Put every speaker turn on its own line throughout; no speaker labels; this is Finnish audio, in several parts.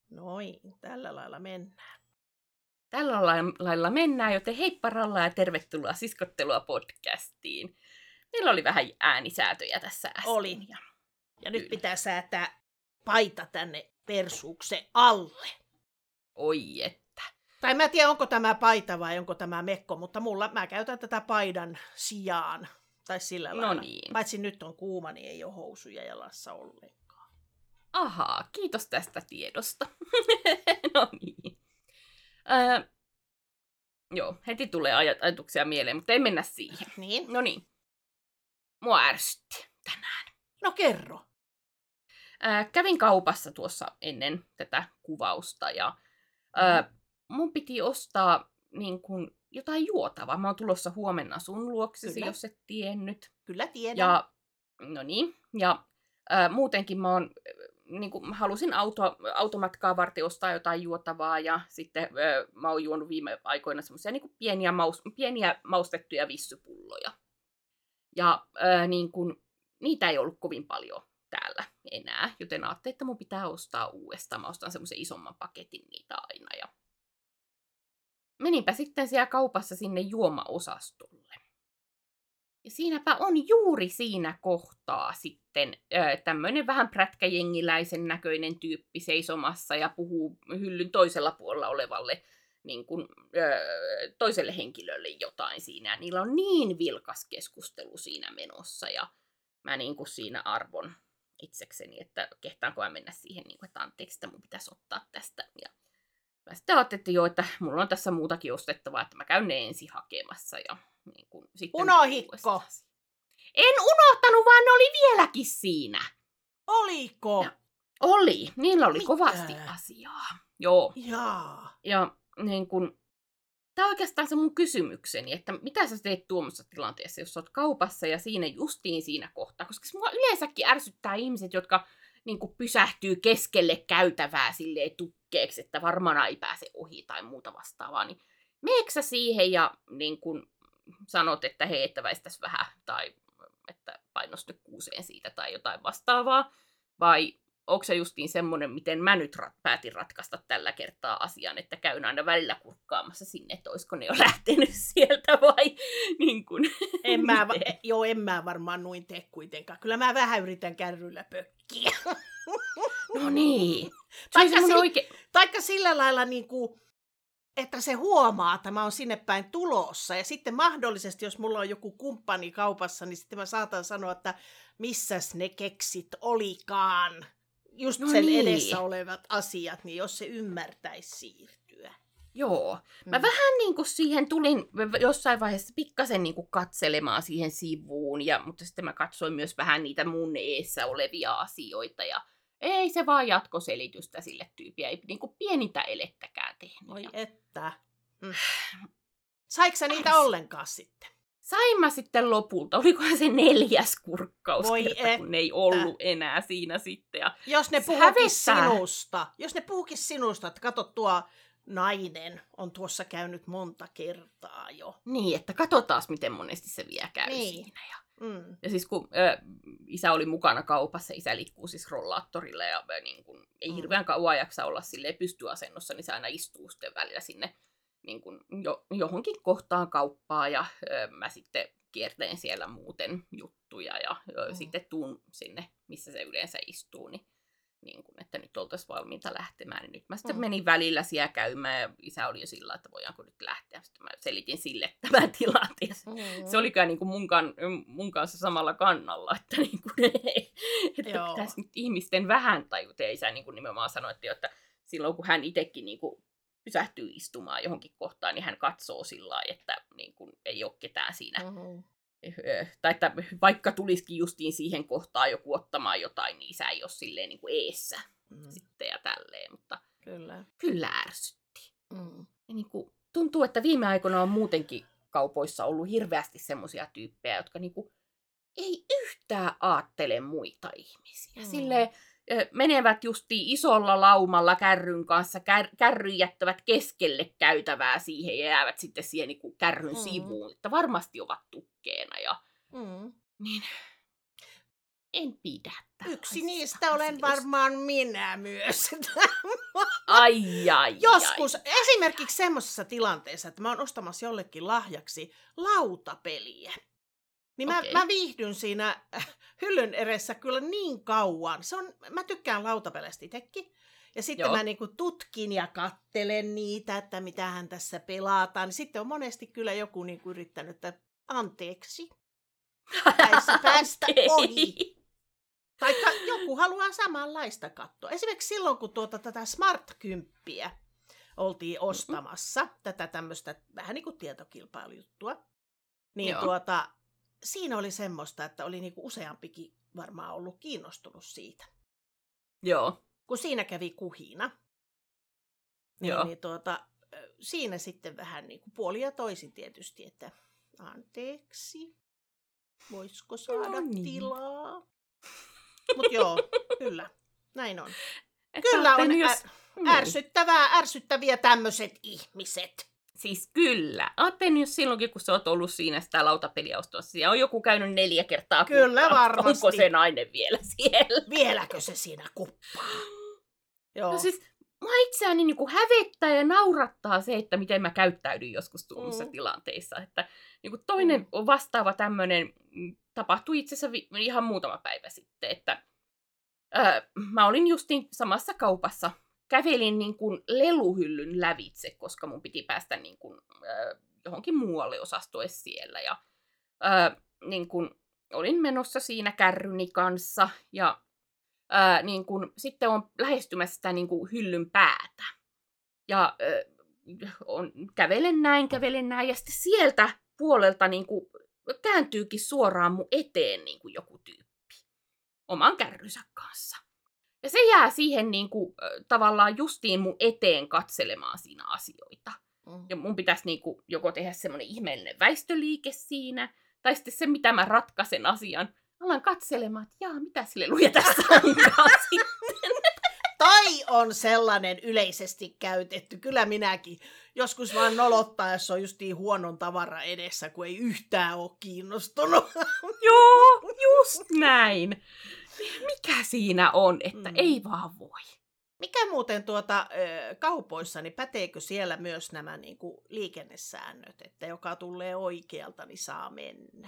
Noin, tällä lailla mennään.
Tällä lailla mennään, joten heippa rallaa ja tervetuloa Siskottelua podcastiin. Meillä oli vähän äänisäätöjä tässä äsken.
Oli. Ja nyt pitää säätää paita tänne persuuksen alle.
Oi että.
Tai mä en tiedä, onko tämä paita vai onko tämä mekko, mutta mä käytän tätä paidan sijaan. Tai sillä lailla.
No niin.
Paitsi nyt on kuuma, niin ei ole housuja jalassa ollenkaan.
Ahaa, kiitos tästä tiedosta. No niin. Joo, heti tulee ajatuksia mieleen, mutta ei mennä siihen.
Niin?
No niin. Mua ärsytti tänään.
No kerro.
Kävin kaupassa tuossa ennen tätä kuvausta ja mun piti ostaa niin kun, jotain juotavaa. Mä oon tulossa huomenna sun luoksesi,
Kyllä.
jos et tiennyt.
Kyllä tiedän.
Ja, no niin, ja muutenkin mä oon, niin kun, halusin automatkaa varten ostaa jotain juotavaa ja sitten mä oon juonut viime aikoina semmoisia niin pieniä maustettuja vissypulloja. Ja niin kun, niitä ei ollut kovin paljon täällä enää, joten ajattelin, että mun pitää ostaa uudestaan. Mä ostan semmoisen isomman paketin niitä aina. Ja meninpä sitten siellä kaupassa sinne juomaosastolle. Ja siinäpä on juuri siinä kohtaa sitten tämmöinen vähän prätkäjengiläisen näköinen tyyppi seisomassa ja puhuu hyllyn toisella puolella olevalle niin kuin, toiselle henkilölle jotain siinä. Ja niillä on niin vilkas keskustelu siinä menossa ja mä niin kuin siinä arvon itsekseni, että kehtaanko mä mennä siihen, niin kuin, että anteeksi, että mun pitäisi ottaa tästä. Ja mä sitten ajattelin jo, että mulla on tässä muutakin ostettavaa, että mä käyn ne ensin hakemassa. Ja, niin kuin, sitten
unohitko?
En unohtanut, vaan ne oli vieläkin siinä.
Oliko?
Ja, oli. Niillä oli kovasti asiaa. Joo.
Jaa.
Ja niin kuin, tämä on oikeastaan se mun kysymykseni, että mitä sä teet tuommoisessa tilanteessa, jos sä oot kaupassa ja siinä justiin siinä kohtaa. Koska mua yleensäkin ärsyttää ihmiset, jotka niin kuin pysähtyy keskelle käytävää silleen tukkeeksi, että varmaan ei pääse ohi tai muuta vastaavaa. Niin meneekö sä siihen ja niin kuin sanot, että hei, että väistäs vähän tai että painos nyt kuuseen siitä tai jotain vastaavaa? Vai onko se justiin semmoinen, miten mä nyt päätin ratkaista tällä kertaa asian, että käyn aina välillä kurkkaamassa sinne, että olisiko ne jo lähtenyt sieltä vai niin kuin,
en mä varmaan noin tee kuitenkaan. Kyllä mä vähän yritän kärryillä pökkiä.
No niin.
Taikka sillä lailla, niin kuin, että se huomaa, että mä oon sinne päin tulossa. Ja sitten mahdollisesti, jos mulla on joku kumppani kaupassa, niin sitten mä saatan sanoa, että missäs ne keksit olikaan. Just sen edessä olevat asiat, niin jos se ymmärtäisi siirtyä.
Joo. Mä vähän niin kuin siihen tulin jossain vaiheessa pikkasen niin kuin katselemaan siihen sivuun, mutta sitten mä katsoin myös vähän niitä mun eessä olevia asioita. Ja ei se vaan jatkoselitystä sille tyyppiä, ei niin kuin pienintä elettäkään tehnyt.
Oi että. Saiko sä niitä ollenkaan sitten?
Sain mä sitten lopulta. Olikohan se 4. kurkkaus kerta, kun ne ei ollut enää siinä sitten. Ja
jos ne puhukis sinusta, että kato tuo nainen on tuossa käynyt monta kertaa jo.
Niin, että katsotaan miten monesti se vielä käy siinä. Ja siis kun isä oli mukana kaupassa, isä liikkuu siis rollaattorilla ja niin kun, ei hirveän kauan jaksa olla silleen pystyasennossa, niin se aina istuu sitten välillä sinne niin kun johonkin kohtaan kauppaa ja mä sitten kierteen siellä muuten juttuja ja sitten tuun sinne, missä se yleensä istuu, niin kun, että nyt oltaisiin valmiita lähtemään. Niin nyt mä sitten menin välillä siellä käymään ja isä oli jo sillä, että voidaanko nyt lähteä. Sitten mä selitin sille tämän tilanteen. Se oli kyllä niin kuin mun kanssa samalla kannalla, että, niin kuin, että pitäisi nyt ihmisten vähän tajuta. Ja isä niin kuin nimenomaan sanoi, että silloin kun hän itsekin niin kuin pysähtyy istumaan johonkin kohtaan, niin hän katsoo sillä lailla, että niin kuin ei ole ketään siinä. Tai että vaikka tulisikin justiin siihen kohtaan joku ottamaan jotain, niin isä ei ole silleen niin kuin eessä sitten ja tälleen, mutta kyllä ärsytti. Ja niin kuin, tuntuu, että viime aikoina on muutenkin kaupoissa ollut hirveästi semmoisia tyyppejä, jotka niin kuin ei yhtään aattele muita ihmisiä. Silleen menevät justiin isolla laumalla kärryn kanssa, kärryn jättävät keskelle käytävää siihen ja jäävät sitten siihen niin kuin kärryn sivuun, että varmasti ovat tukkeena ja niin en pidä.
Yksi niistä olen varmaan minä myös. Joskus, esimerkiksi semmoisessa tilanteessa, että mä oon ostamassa jollekin lahjaksi lautapeliä. Niin mä viihdyn siinä hyllyn edessä kyllä niin kauan. Mä tykkään lautapeleistä itsekin. Ja sitten mä niinku tutkin ja kattelen niitä, että mitähän tässä pelataan. Niin sitten on monesti kyllä joku niinku yrittänyt, että anteeksi, päästä ohi. Taikka joku haluaa samanlaista katsoa. Esimerkiksi silloin, kun tätä Smart 10 oltiin ostamassa, tätä tämmöistä vähän niin kuin tietokilpailujuttua, niin siinä oli semmoista, että oli niinku useampikin varmaan ollut kiinnostunut siitä.
Joo.
Kun siinä kävi kuhina, niin siinä sitten vähän niin kuin puolin ja toisin tietysti, että anteeksi, voisiko saada tilaa? Mutta joo, kyllä, näin on. Kyllä on ärsyttäviä tämmöiset ihmiset.
Siis kyllä. Ajattelin, jos silloinkin, kun sä oot ollut siinä sitä lautapeliä ostamassa, siellä on joku käynyt 4 kertaa kuppaa.
Kyllä varmasti.
Onko se nainen vielä siellä?
Vieläkö se siinä kuppaa? Joo.
No siis, mua itseäni niin kuin hävettää ja naurattaa se, että miten mä käyttäydyn joskus tuollaisissa tilanteissa. Että niin kuin toinen vastaava tämmöinen tapahtui itse asiassa ihan muutama päivä sitten, että mä olin justiin samassa kaupassa. Kävelin niin kuin leluhyllyn lävitse, koska mun piti päästä niin kuin, johonkin muualle osastolle siellä. Ja niin kuin, olin menossa siinä kärryni kanssa ja niin kuin, sitten on lähestymässä sitä niin kuin hyllyn päätä. Ja kävelen näin ja sitten sieltä puolelta niin kuin, kääntyykin suoraan mun eteen niin kuin joku tyyppi oman kärrynsä kanssa. Ja se jää siihen niin kuin, tavallaan justiin mun eteen katselemaan siinä asioita. Ja mun pitäisi niin kuin, joko tehdä semmoinen ihmeellinen väistöliike siinä, tai sitten se, mitä mä ratkaisen asian. Alan katselemaan, että mitä sille luja tässä onkaan sitten.
Tai on sellainen yleisesti käytetty. Kyllä minäkin joskus vaan nolottaa, jos on justiin huonon tavara edessä, kun ei yhtään ole kiinnostunut.
Joo, just näin. Mikä siinä on, että ei vaan voi?
Mikä muuten kaupoissa, niin päteekö siellä myös nämä niinku liikennesäännöt, että joka tulee oikealta, niin saa mennä?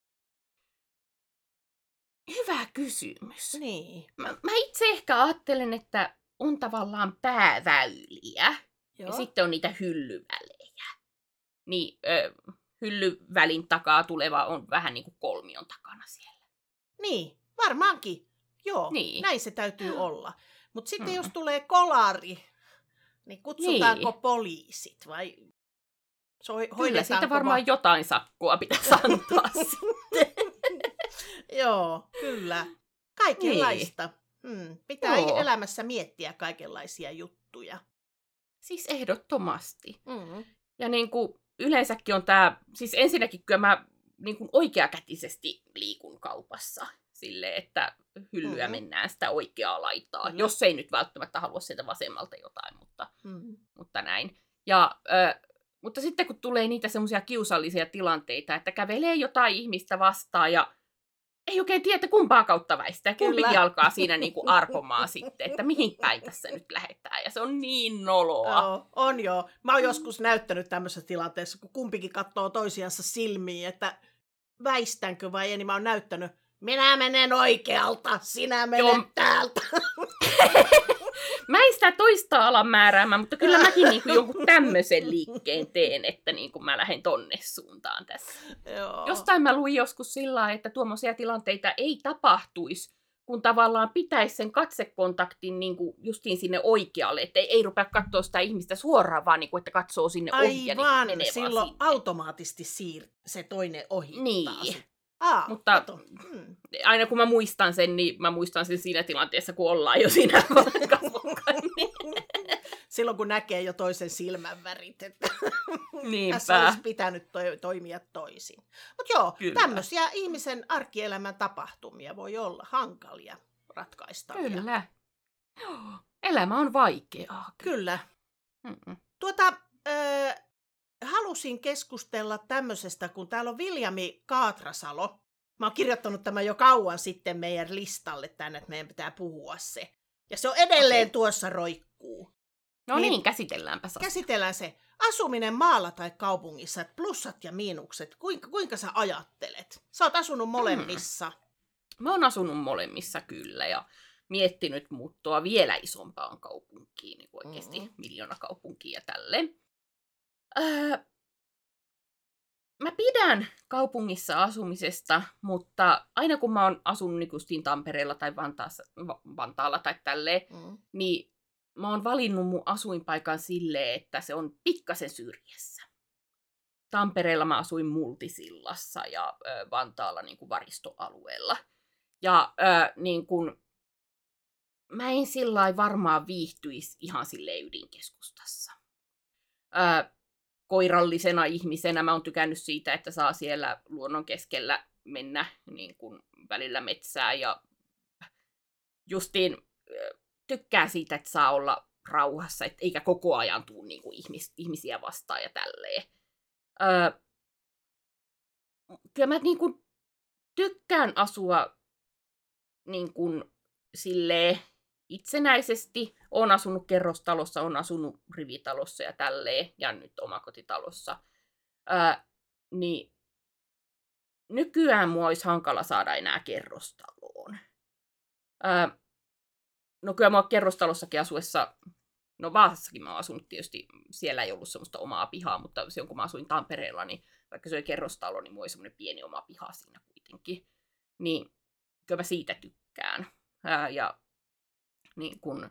Hyvä kysymys.
Niin.
Mä itse ehkä ajattelen, että on tavallaan pääväyliä ja sitten on niitä hyllyvälejä. Niin hyllyvälin takaa tuleva on vähän niin kuin kolmion takana siellä.
Niin, varmaankin. Joo, näin se täytyy olla. Mutta sitten jos tulee kolari, niin kutsutaanko poliisit vai
Kyllä, siitä varmaan jotain sakkoa pitäisi antaa sitten.
Joo, kyllä. Kaikenlaista. Pitää elämässä miettiä kaikenlaisia juttuja.
Siis ehdottomasti. Ja niin kuin yleensäkin on tämä, siis ensinnäkin kyllä mä niin kuin oikeakätisesti liikun kaupassa silleen, että hyllyä mennään sitä oikeaa laitaa, jos ei nyt välttämättä halua sieltä vasemmalta jotain, mutta näin. Ja mutta sitten kun tulee niitä semmoisia kiusallisia tilanteita, että kävelee jotain ihmistä vastaan ja ei oikein tiedä, kumpaa kautta väistää. Kumpikin alkaa siinä niinku arpomaan sitten, että mihin päin tässä nyt lähdetään. Ja se on niin noloa.
On joo. Mä oon joskus näyttänyt tämmöisessä tilanteessa, kun kumpikin katsoo toisiansa silmiin, että väistänkö vai ei, niin mä oon näyttänyt, minä menen oikealta, sinä menet täältä.
Mä en sitä toista alan määräämään, mutta kyllä mäkin niinku jonkun tämmöisen liikkeen teen, että niinku mä lähden tonne suuntaan tässä.
Joo.
Jostain mä luin joskus sillä lailla, että tuommoisia tilanteita ei tapahtuisi, kun tavallaan pitäisi sen katsekontaktin niinku justiin sinne oikealle, että ei rupea katsoa sitä ihmistä suoraan, vaan niinku, että katsoo sinne ohi ja
niin silloin automaattisesti se toinen ohittaa.
Niin. Mutta aina kun mä muistan sen, niin mä muistan sen siinä tilanteessa, kun ollaan jo siinä kasvokkain.
Silloin kun näkee jo toisen silmän värit, että
tässä
olisi pitänyt toimia toisin. Mutta joo, tämmöisiä ihmisen arkielämän tapahtumia voi olla hankalia ratkaistavia.
Kyllä. Elämä on vaikeaa.
Kyllä. Halusin keskustella tämmöisestä, kun täällä on Viljami Kaatrasalo. Mä oon kirjoittanut tämän jo kauan sitten meidän listalle tänne, että meidän pitää puhua se. Ja se on edelleen tuossa roikkuu.
No niin, käsitelläänpä se.
Käsitellään se. Asuminen maalla tai kaupungissa, plussat ja miinukset. Kuinka sä ajattelet? Sä oot asunut molemmissa.
Mä oon asunut molemmissa kyllä ja miettinyt muuttoa vielä isompaan kaupunkiin, niin oikeasti miljoonakaupunkiin ja tälleen. Mä pidän kaupungissa asumisesta, mutta aina kun mä oon asunut niin justiin Tampereella tai Vantaalla tai tälleen, niin mä oon valinnut mun asuinpaikan silleen, että se on pikkasen syrjässä. Tampereella mä asuin Multisillassa ja Vantaalla niin kuin varistoalueella. Ja niin kuin, mä en sillai varmaan viihtyisi ihan silleen ydinkeskustassa. Koirallisena ihmisenä mä oon tykännyt siitä, että saa siellä luonnon keskellä mennä niin kuin välillä metsää ja justiin tykkää siitä, että saa olla rauhassa, eikä koko ajan tuu niin kuin ihmisiä vastaan ja tälleen. Kyllä mä niin kuin tykkään asua niin kuin silleen itsenäisesti. Oon asunut kerrostalossa, oon asunut rivitalossa ja tälleen, ja nyt omakotitalossa. Niin nykyään mua olisi hankala saada enää kerrostaloon. No kyllä mua kerrostalossakin asuessa, no Vaasassakin mä oon asunut tietysti, siellä ei ollut semmoista omaa pihaa, mutta silloin kun mä asuin Tampereella, niin vaikka se oli kerrostalo, niin mulla oli semmoinen pieni oma piha siinä kuitenkin. Niin kyllä mä siitä tykkään. Ja niin kun,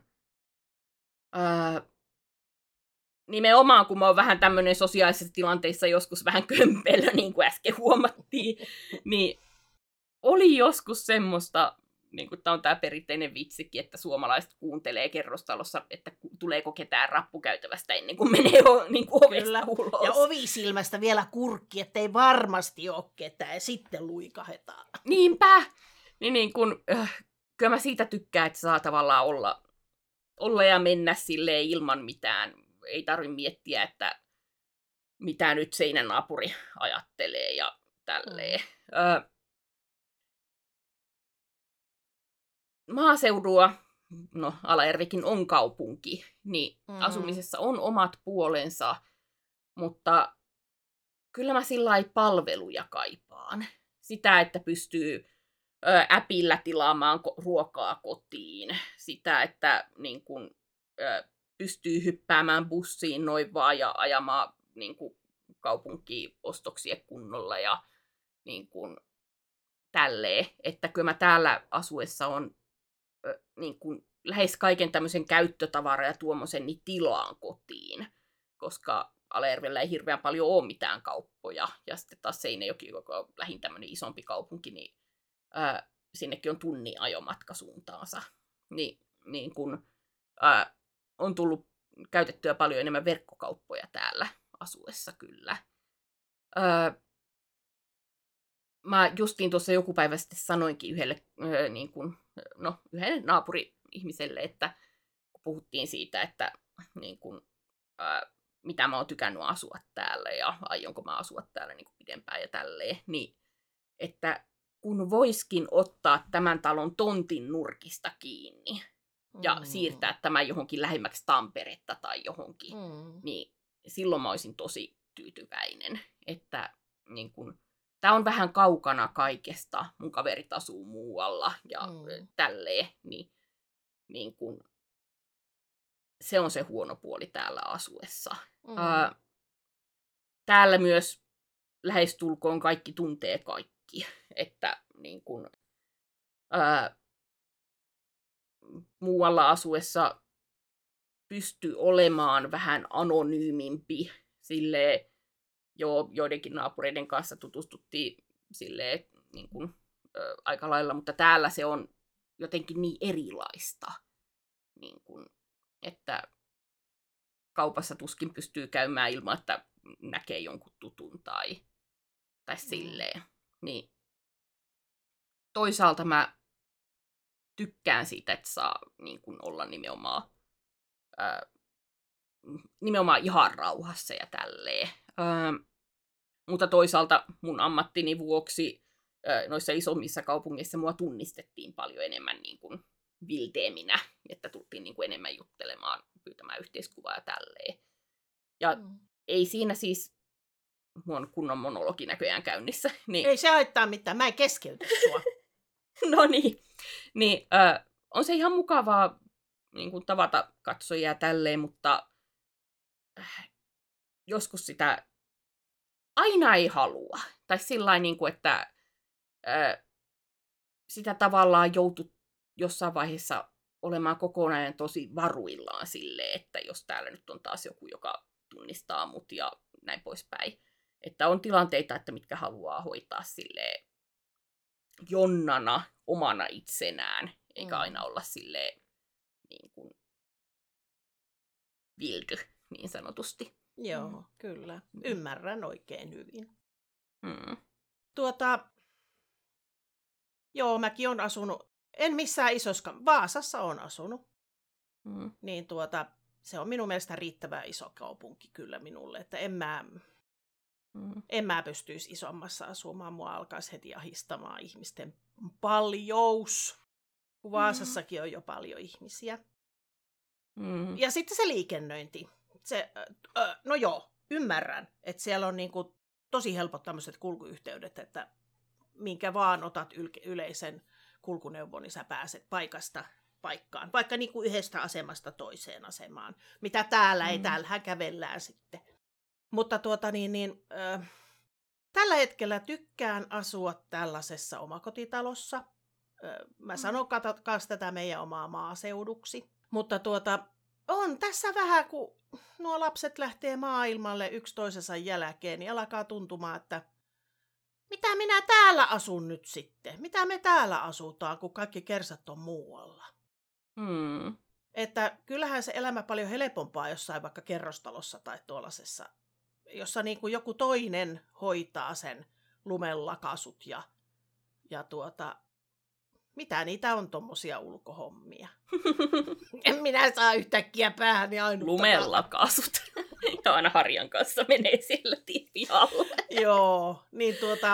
nimenomaan, kun mä oon vähän tämmöinen sosiaalisissa tilanteissa joskus vähän kömpelö, niin kuin äsken huomattiin, niin oli joskus semmoista, niin kuin tämä on tämä perinteinen vitsikin, että suomalaiset kuuntelee kerrostalossa, että tuleeko ketään rappukäytävästä ennen kuin menee niin kuin ovesta ulos.
Ja ovisilmästä vielä kurkki, ettei varmasti ole ketään, ja sitten luikahetaan.
Niinpä! Niin kun, kyllä mä siitä tykkään, että saa tavallaan olla ja mennä silleen ilman mitään. Ei tarvitse miettiä, että mitä nyt seinänaapuri ajattelee ja tälleen. Maaseudua, no Alajärvikin on kaupunki, niin asumisessa on omat puolensa, mutta kyllä mä sillai palveluja kaipaan. Sitä, että pystyy äpillä tilaamaan ruokaa kotiin. Sitä, että niin kun, pystyy hyppäämään bussiin noin vaan ja ajamaan niin kun, kaupunkiin ostoksia kunnolla ja niin kun, tälleen. Että kyllä mä täällä asuessa on niin kun, lähes kaiken tämmöisen käyttötavara ja tuommoisen niin tilaan kotiin, koska Alajärvellä ei hirveän paljon ole mitään kauppoja. Ja sitten taas Seinäjoki, joka on lähin tämmöinen isompi kaupunki, niin sinnekin on tunnin ajomatka suuntaansa. Niin kun, on tullut käytettyä paljon enemmän verkkokauppoja täällä asuessa kyllä. Mä justiin tuossa joku päivä sitten sanoinkin yhdelle naapuri-ihmiselle, että kun puhuttiin siitä, että niin kun, mitä mä oon tykännyt asua täällä ja aionko mä asua täällä niin kuin pidempään ja tälleen, niin että kun voiskin ottaa tämän talon tontin nurkista kiinni ja siirtää tämän johonkin lähemmäksi Tamperetta tai johonkin, niin silloin mä olisin tosi tyytyväinen, että niin kun, tää on vähän kaukana kaikesta, mun kaverit asuu muualla ja tälleen, niin kun, se on se huono puoli täällä asuessa. Täällä myös lähestulkoon kaikki tuntee kaikki, että niin kun, muualla asuessa pystyy olemaan vähän anonyymimpi. Silleen, joidenkin naapureiden kanssa tutustuttiin silleen, niin kun, aika lailla, mutta täällä se on jotenkin niin erilaista. Niin kun, että kaupassa tuskin pystyy käymään ilman, että näkee jonkun tutun tai silleen. Niin toisaalta mä tykkään siitä, että saa niin kun, olla nimenomaan ihan rauhassa ja tälleen. Mutta toisaalta mun ammattini vuoksi noissa isommissa kaupungeissa mua tunnistettiin paljon enemmän niin kun vilteeminä, että tultiin niin kuin enemmän juttelemaan, pyytämään yhteiskuvaa ja tälleen. Ja ei siinä siis, mun on kunnon monologi näköjään käynnissä. Niin...
Ei se haittaa mitään, mä en keskeytä sua.
No niin on se ihan mukavaa niin kuin tavata katsojia tälleen, mutta joskus sitä aina ei halua. Tai sillain, niin kuin, että sitä tavallaan joutui jossain vaiheessa olemaan kokonaan tosi varuillaan silleen, että jos täällä nyt on taas joku, joka tunnistaa mut ja näin poispäin. Että on tilanteita, että mitkä haluaa hoitaa silleen jonnana, omana itsenään, eikä aina olla silleen niin kuin vildy, niin sanotusti.
Joo, kyllä. Ymmärrän oikein hyvin.
Mm.
Joo, mäkin olen asunut, en missään isossa, Vaasassa on asunut. Niin se on minun mielestä riittävän iso kaupunki kyllä minulle, että en mä pystyisi isommassa asumaan. Mua alkaisi heti ahistamaan ihmisten paljous, kun Vaasassakin on jo paljon ihmisiä. Ja sitten se liikennöinti. No joo, ymmärrän, että siellä on niinku tosi helpot tämmöiset kulkuyhteydet, että minkä vaan otat yleisen kulkuneuvon, niin sä pääset paikasta paikkaan. Vaikka niinku yhdestä asemasta toiseen asemaan. Mitä täällä ei, täällähän kävellään sitten. Mutta tällä hetkellä tykkään asua tällaisessa omakotitalossa. Mä sanon katsotaan tätä meidän omaa maaseuduksi. Mutta on tässä vähän, kun nuo lapset lähtee maailmalle yksi toisensa jälkeen, niin alkaa tuntumaan, että mitä minä täällä asun nyt sitten? Mitä me täällä asutaan, kun kaikki kersat on muualla? Että kyllähän se elämä paljon helpompaa jossain vaikka kerrostalossa tai tuollaisessa, jossa niin kuin joku toinen hoitaa sen lumenlakasut ja mitä niitä on tommosia ulkohommia. En minä saa yhtäkkiä päähäni ainutta.
Lumenlakasut. Ja aina Harjan kanssa menee siellä pihalle.
Joo, niin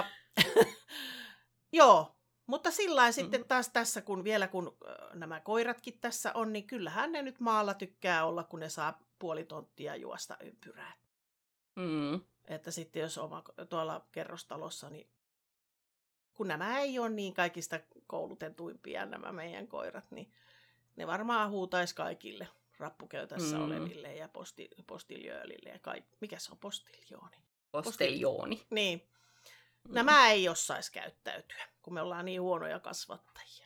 joo, mutta sillain sitten taas tässä, kun nämä koiratkin tässä on, niin kyllähän ne nyt maalla tykkää olla, kun ne saa puoli tonttia juosta ympyrää. Että sitten jos tuolla kerrostalossa, niin kun nämä ei ole niin kaikista koulutetuimpia nämä meidän koirat, niin ne varmaan huutaisi kaikille rappuköytässä oleville ja postiljöölille ja kaikki. Mikä se on postiljooni?
Postiljooni.
Niin. Nämä ei osaisi käyttäytyä, kun me ollaan niin huonoja kasvattajia.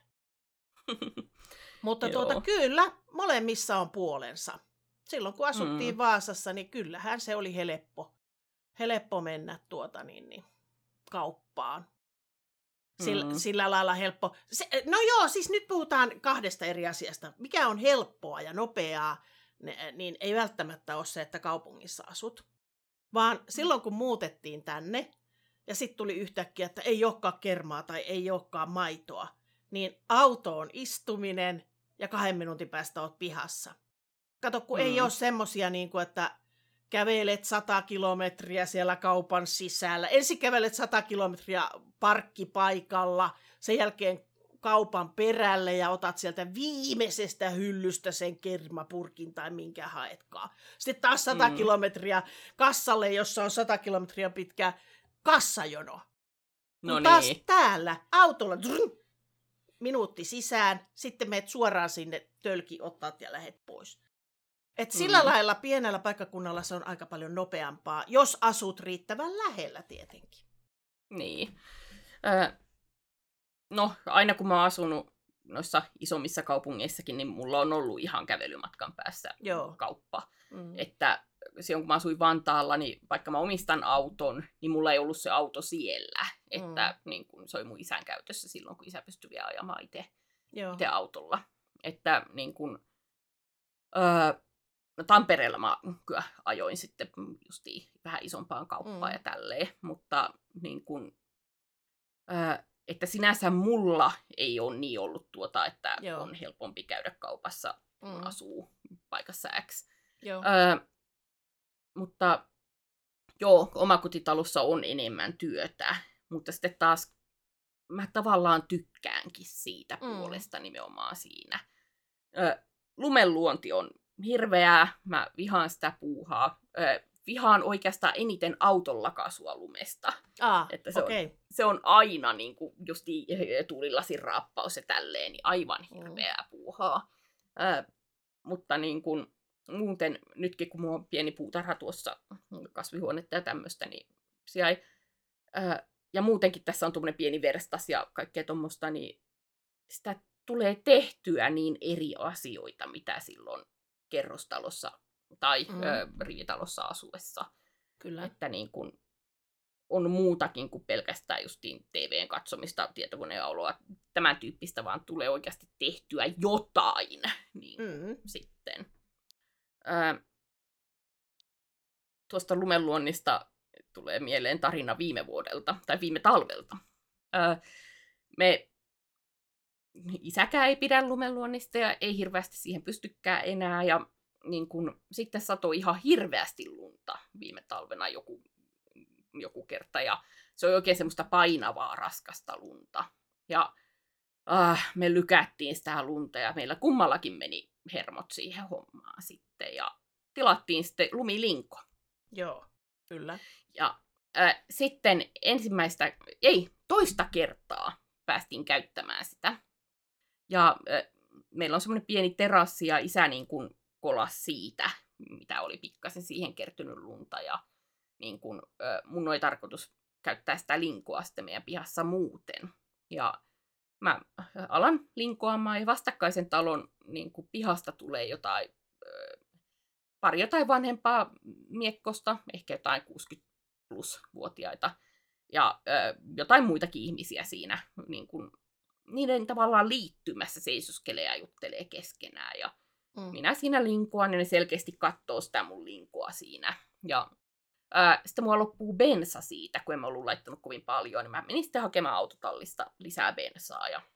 Mutta kyllä, molemmissa on puolensa. Silloin kun asuttiin Vaasassa, niin kyllähän se oli helppo mennä kauppaan. Sillä lailla helppo. No joo, siis nyt puhutaan kahdesta eri asiasta. Mikä on helppoa ja nopeaa, niin ei välttämättä ole se, että kaupungissa asut. Vaan silloin kun muutettiin tänne, ja sitten tuli yhtäkkiä, että ei olekaan kermaa tai ei olekaan maitoa, niin autoon istuminen ja 2 minuutin päästä oot pihassa. Kato, kun ei ole semmosia, niin kuin, että kävelet 100 kilometriä siellä kaupan sisällä. Ensin kävelet 100 kilometriä parkkipaikalla, sen jälkeen kaupan perälle ja otat sieltä viimeisestä hyllystä sen kermapurkin tai minkä haetkaan. Sitten taas 100 kilometriä kassalle, jossa on 100 kilometriä pitkä kassajono. No taas täällä autolla minuutti sisään, sitten menet suoraan sinne tölki, otat ja lähet pois. Et sillä lailla pienellä paikkakunnalla se on aika paljon nopeampaa, jos asut riittävän lähellä tietenkin.
Niin. No, aina kun mä oon asunut noissa isommissa kaupungeissakin, niin mulla on ollut ihan kävelymatkan päässä kauppa. Että silloin kun mä asuin Vantaalla, niin vaikka mä omistan auton, niin mulla ei ollut se auto siellä. Että niin kun, se oli mun isän käytössä silloin, kun isä pystyi vielä ajamaan itse autolla. Että niin kun, no Tampereella mä kyllä ajoin sitten justiin vähän isompaan kauppaan ja tälleen, mutta niin kun, että sinänsä mulla ei ole niin ollut että on helpompi käydä kaupassa, kun asuu paikassa X. Mutta omakotitalossa on enemmän työtä, mutta sitten taas mä tavallaan tykkäänkin siitä puolesta nimenomaan siinä. lumenluonti on hirveää, mä vihaan sitä puuhaa. Vihaan oikeastaan eniten auton lakasua lumesta. Että se on aina niin kuin just tuulilasin raappaus ja tälleen, niin aivan hirveää puuhaa. Mutta niin kuin, muuten nytkin, kun mulla on pieni puutarha tuossa, kasvihuonetta ja tämmöistä, niin siellä ja muutenkin tässä on tuommoinen pieni verstas ja kaikkea tuommoista, niin sitä tulee tehtyä niin eri asioita, mitä silloin kerrostalossa tai rivitalossa asuessa.
Kyllä.
Että niin kun on muutakin kuin pelkästään justiin TVn katsomista, tietokoneen oloa, tämän tyyppistä, vaan tulee oikeasti tehtyä jotain. Niin sitten. Tuosta lumenluonnista tulee mieleen tarina viime vuodelta, tai viime talvelta. Isäkään ei pidä lumenluonnista ja ei hirveästi siihen pystykään enää. Ja niin kun, sitten satoi ihan hirveästi lunta viime talvena joku kerta. Ja se oli oikein semmoista painavaa, raskasta lunta. Ja me lykättiin sitä lunta ja meillä kummallakin meni hermot siihen hommaan sitten. Ja tilattiin sitten lumilinko.
Joo, kyllä.
Ja sitten toista kertaa päästiin käyttämään sitä. Ja meillä on semmoinen pieni terassi ja isä niin kuin kolasi siitä, mitä oli pikkasen siihen kertynyt lunta. Ja niin kuin, mun oli tarkoitus käyttää sitä linkoa sitten meidän pihassa muuten. Ja mä alan linkoamaan ja vastakkaisen talon niin kuin pihasta tulee jotain vanhempaa miekkosta, ehkä jotain 60+-vuotiaita. Ja jotain muitakin ihmisiä siinä niin kuin niiden tavallaan liittymässä seisoskelee ja juttelee keskenään. Ja minä siinä linkoan ja ne selkeästi katsoo sitä mun linkoa siinä. Ja sitten mua loppuu bensa siitä, kun en mä ollut laittanut kovin paljon. Niin mä menin sitten hakemaan autotallista lisää bensaa. Ja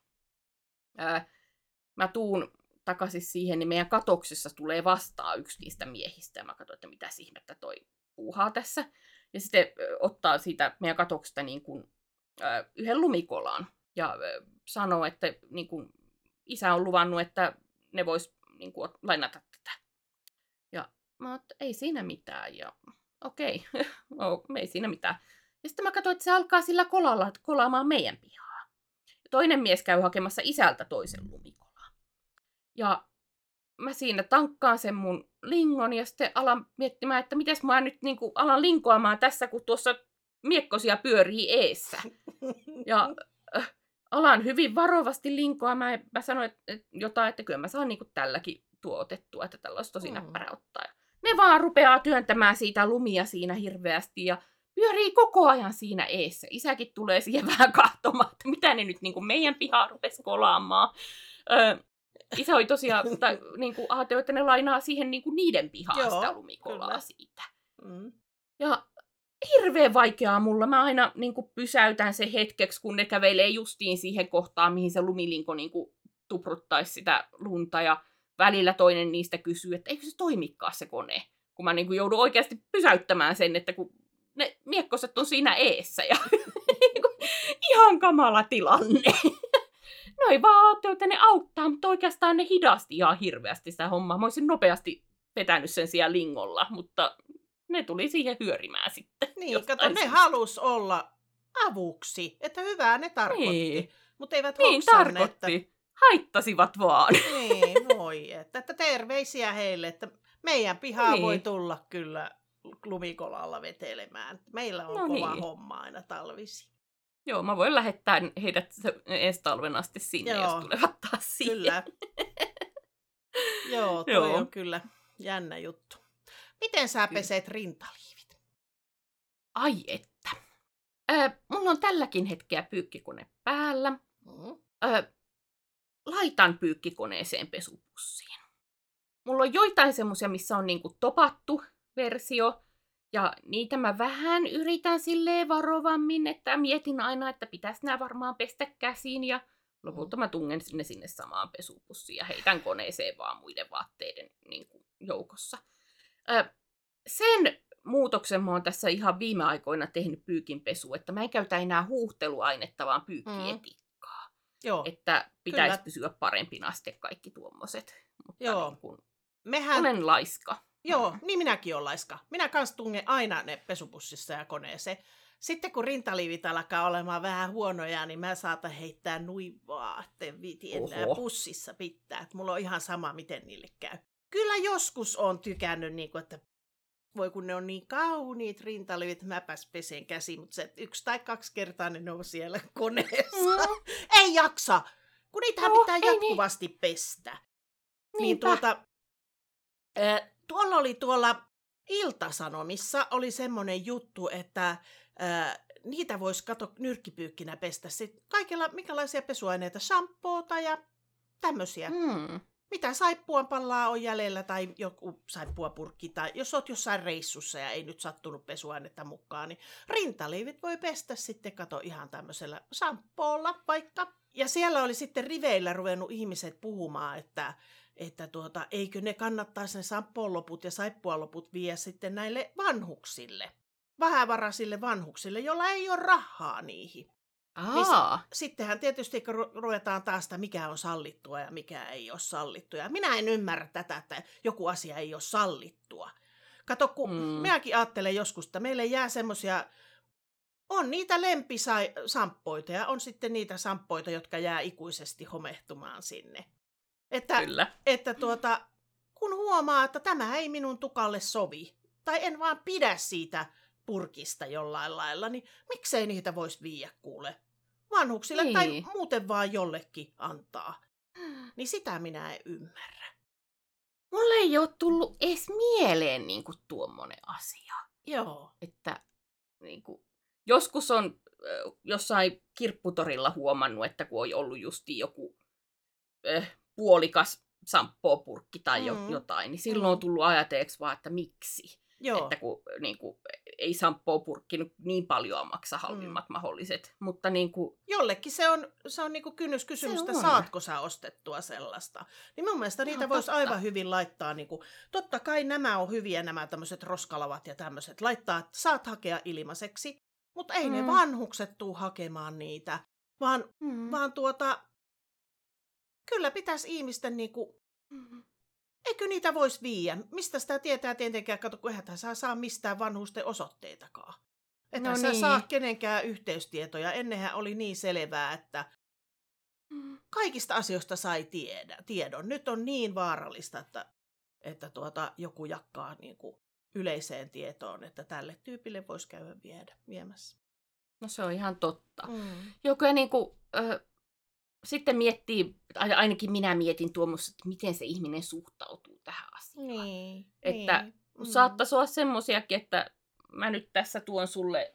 mä tuun takaisin siihen, niin meidän katoksessa tulee vastaan yksi niistä miehistä. Ja mä katsoin, että mitäs ihmettä toi puuhaa tässä. Ja sitten ottaa siitä meidän katoksesta niin kuin, yhden lumikolan. Ja sanoo, että niin kuin, isä on luvannut, että ne vois niin kuin, lainata tätä. Ja mä oon, että ei siinä mitään. Ja okei, ei siinä mitään. Ja sitten mä katsoin, että se alkaa sillä kolalla kolaamaan meidän pihaa. Ja toinen mies käy hakemassa isältä toisen lumikolan. Ja mä siinä tankkaan sen mun lingon ja sitten alan miettimään, että mites mä nyt niin kuin, alan linkoamaan tässä, kun tuossa miekkosia pyörii eessä. Ja alan hyvin varovasti linkoa. Mä sanoin että kyllä mä saan niin kuin tälläkin tuotettua, että tällä olisi tosi näppärä ottaa. Ne vaan rupeaa työntämään siitä lumia siinä hirveästi ja pyörii koko ajan siinä eessä. Isäkin tulee siihen vähän katsomaan, että mitä ne nyt niin kuin meidän pihaa rupesi kolaamaan. Isä oli tosiaan niin kuin ajatellut, että ne lainaa siihen niin kuin niiden pihaan sitä lumikolaa kyllä. Siitä. Ja hirveän vaikeaa mulla. Mä aina niin kuin pysäytän sen hetkeksi, kun ne kävelee justiin siihen kohtaan, mihin se lumilinko niin kuin tupruttaisi sitä lunta. Ja välillä toinen niistä kysyy, että eikö se toimikaan se kone. Kun mä niin kuin joudun oikeasti pysäyttämään sen, että kun ne miekkoset on siinä eessä. Ja ihan kamala tilanne. No ei vaan ajattelu, että ne auttaa, mutta oikeastaan ne hidasti ihan hirveästi sitä hommaa. Mä olisin nopeasti vetänyt sen siellä lingolla, mutta ne tuli siihen hyörimään sitten.
Niin, kato, ne halus olla avuksi, että hyvää ne tarkoitti, niin. Mutta eivät hoksanne.
Niin tarkoitti. Haittasivat vaan.
Niin, voi. Että terveisiä heille, että meidän pihaa voi tulla kyllä lumikolalla vetelemään. Meillä on kova homma aina talvisin.
Joo, mä voin lähettää heidät ensi talven asti sinne, jos tulevat taas siihen.
Kyllä. Joo, toi on kyllä jännä juttu. Miten sä peset rintaliivit?
Ai että. Mulla on tälläkin hetkeä pyykkikone päällä. Laitan pyykkikoneeseen pesupussiin. Mulla on joitain semmosia, missä on niinku topattu versio. Ja niitä mä vähän yritän silleen varovammin, että mietin aina, että pitäisi nää varmaan pestä käsiin. Ja lopulta mä tungen sinne samaan pesupussiin ja heitän koneeseen vaan muiden vaatteiden niin kuin, joukossa. Sen muutoksen mä oon tässä ihan viime aikoina tehnyt pyykinpesuun, että mä en käytä enää huuhteluainetta, vaan pyykkietiikkaa. Että pitäisi pysyä parempina sitten kaikki tuommoiset. Mutta
Joo.
niin kuin,
Mehän...
olen laiska.
Joo, niin minäkin olen laiska. Minä kans tungen aina ne pesupussissa ja koneeseen. Sitten kun rintaliivit alkaa olemaan vähän huonoja, niin mä saatan heittää nuivaa, etten viiti enää pussissa pitää. Et mulla on ihan sama, miten niille käy. Kyllä joskus on tykännyt, niin kun, että voi kun ne on niin kauniit rintaliivit, mäpäs pesen käsi, mutta se 1 tai 2 kertaa ne on siellä koneessa. Ei jaksa, kun niitähän pitää jatkuvasti pestä. Niin tuolla Ilta-Sanomissa oli semmoinen juttu, että niitä voisi nyrkkipyykkinä pestä kaikilla minkälaisia pesuaineita, shampoota ja tämmöisiä. Mitä saippuan pallaa on jäljellä tai joku saippuapurkki tai jos oot jossain reissussa ja ei nyt sattunut pesuainetta mukaan, niin rintaliivit voi pestä sitten ihan tämmöisellä shampoolla vaikka. Ja siellä oli sitten riveillä ruvennut ihmiset puhumaan, että eikö ne kannattaisi ne shampoon loput ja saippuan loput vie sitten näille vanhuksille, vähävaraisille vanhuksille, joilla ei ole rahaa niihin. Niin sittenhän tietysti ruvetaan taas sitä, mikä on sallittua ja mikä ei ole sallittua. Ja minä en ymmärrä tätä, että joku asia ei ole sallittua. Kato, kun minäkin ajattelen joskus, että meille jää semmoisia, on niitä lempisamppoita ja on sitten niitä samppoita, jotka jää ikuisesti homehtumaan sinne. Että kun huomaa, että tämä ei minun tukalle sovi, tai en vaan pidä siitä purkista jollain lailla, niin miksei niitä voisi viiä kuule vanhuksille tai muuten vaan jollekin antaa. Niin sitä minä en ymmärrä.
Mulle ei ole tullut edes mieleen niinku tuommoinen asia.
Joo.
Että niinku, joskus on jossain kirpputorilla huomannut, että kun on ollut justiin joku puolikas samppoopurkki tai jotain, niin silloin on tullut ajatelleeksi vaan, että miksi. Joo. Että kun niinku, ei samppoopurkki niin paljon maksa halvimmat mahdolliset. Mutta niinku,
jollekin se on niinku kynnyskysymys, että saatko sä ostettua sellaista. Niin mun mielestä niitä voisi aivan hyvin laittaa. Niinku, totta kai nämä on hyviä, nämä tämmöiset roskalavat ja tämmöiset. Laittaa, että saat hakea ilmaiseksi, mutta ei ne vanhukset tuu hakemaan niitä. Vaan kyllä pitäisi ihmisten niinku... Eikö niitä voisi viiä? Mistä sitä tietää tietenkään? Kato, kun eihän saa mistään vanhusten osoitteitakaan. Että sä saa kenenkään yhteystietoja. Ennenhän oli niin selvää, että kaikista asioista sai tiedon. Nyt on niin vaarallista, että joku jakkaa niin kuin yleiseen tietoon, että tälle tyypille voisi käydä viemässä.
No se on ihan totta. Joka niinku... Sitten miettii, ainakin minä mietin tuommoista, että miten se ihminen suhtautuu tähän asiaan. Että saattaisi olla semmosiakin, että mä nyt tässä tuon sulle,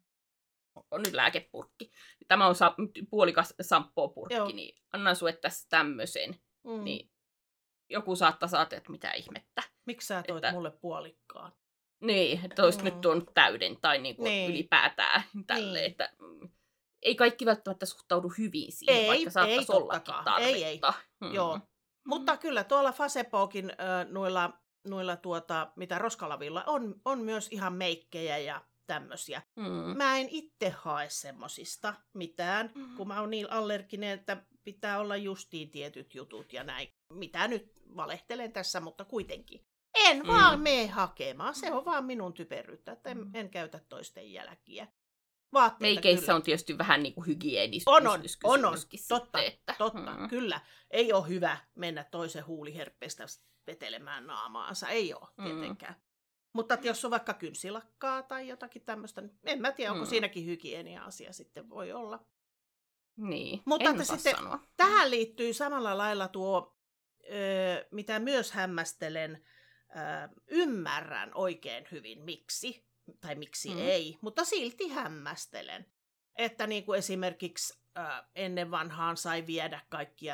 on nyt lääkepurkki. Tämä on puolikas samppoopurkki, niin annan sulle tässä tämmöisen. Niin joku saattaa saada, että mitä ihmettä.
Miksi sä toit mulle puolikkaan?
Niin, että olisit nyt tuonut täyden tai niinku ylipäätään tälleen, että... Ei kaikki välttämättä suhtaudu hyvin siihen, vaikka saattaisi ollakin tarvetta.
Joo. Mutta kyllä tuolla Facebookin noilla mitä roskalavilla on myös ihan meikkejä ja tämmöisiä. Mä en itse hae semmosista mitään, kun mä oon niin allerginen, että pitää olla justiin tietyt jutut ja näin. Mitä nyt valehtelen tässä, mutta kuitenkin. En vaan mene hakemaan, se on vaan minun typeryyttä, että en käytä toisten jälkiä.
Meikeissä kyllä on tietysti vähän niin kuin hygienistä.
On. Totta. Kyllä. Ei ole hyvä mennä toisen huuliherppeestä vetelemään naamaansa. Ei ole tietenkään. Mutta jos on vaikka kynsilakkaa tai jotakin tämmöistä, niin en mä tiedä, onko siinäkin hygienia-asia sitten voi olla.
Niin,
mutta että sitten sanoa. Tähän liittyy samalla lailla tuo, mitä myös hämmästelen, ymmärrän oikein hyvin miksi. Tai miksi ei, mutta silti hämmästelen. Että niin kuin esimerkiksi ennen vanhaan sai viedä kaikkia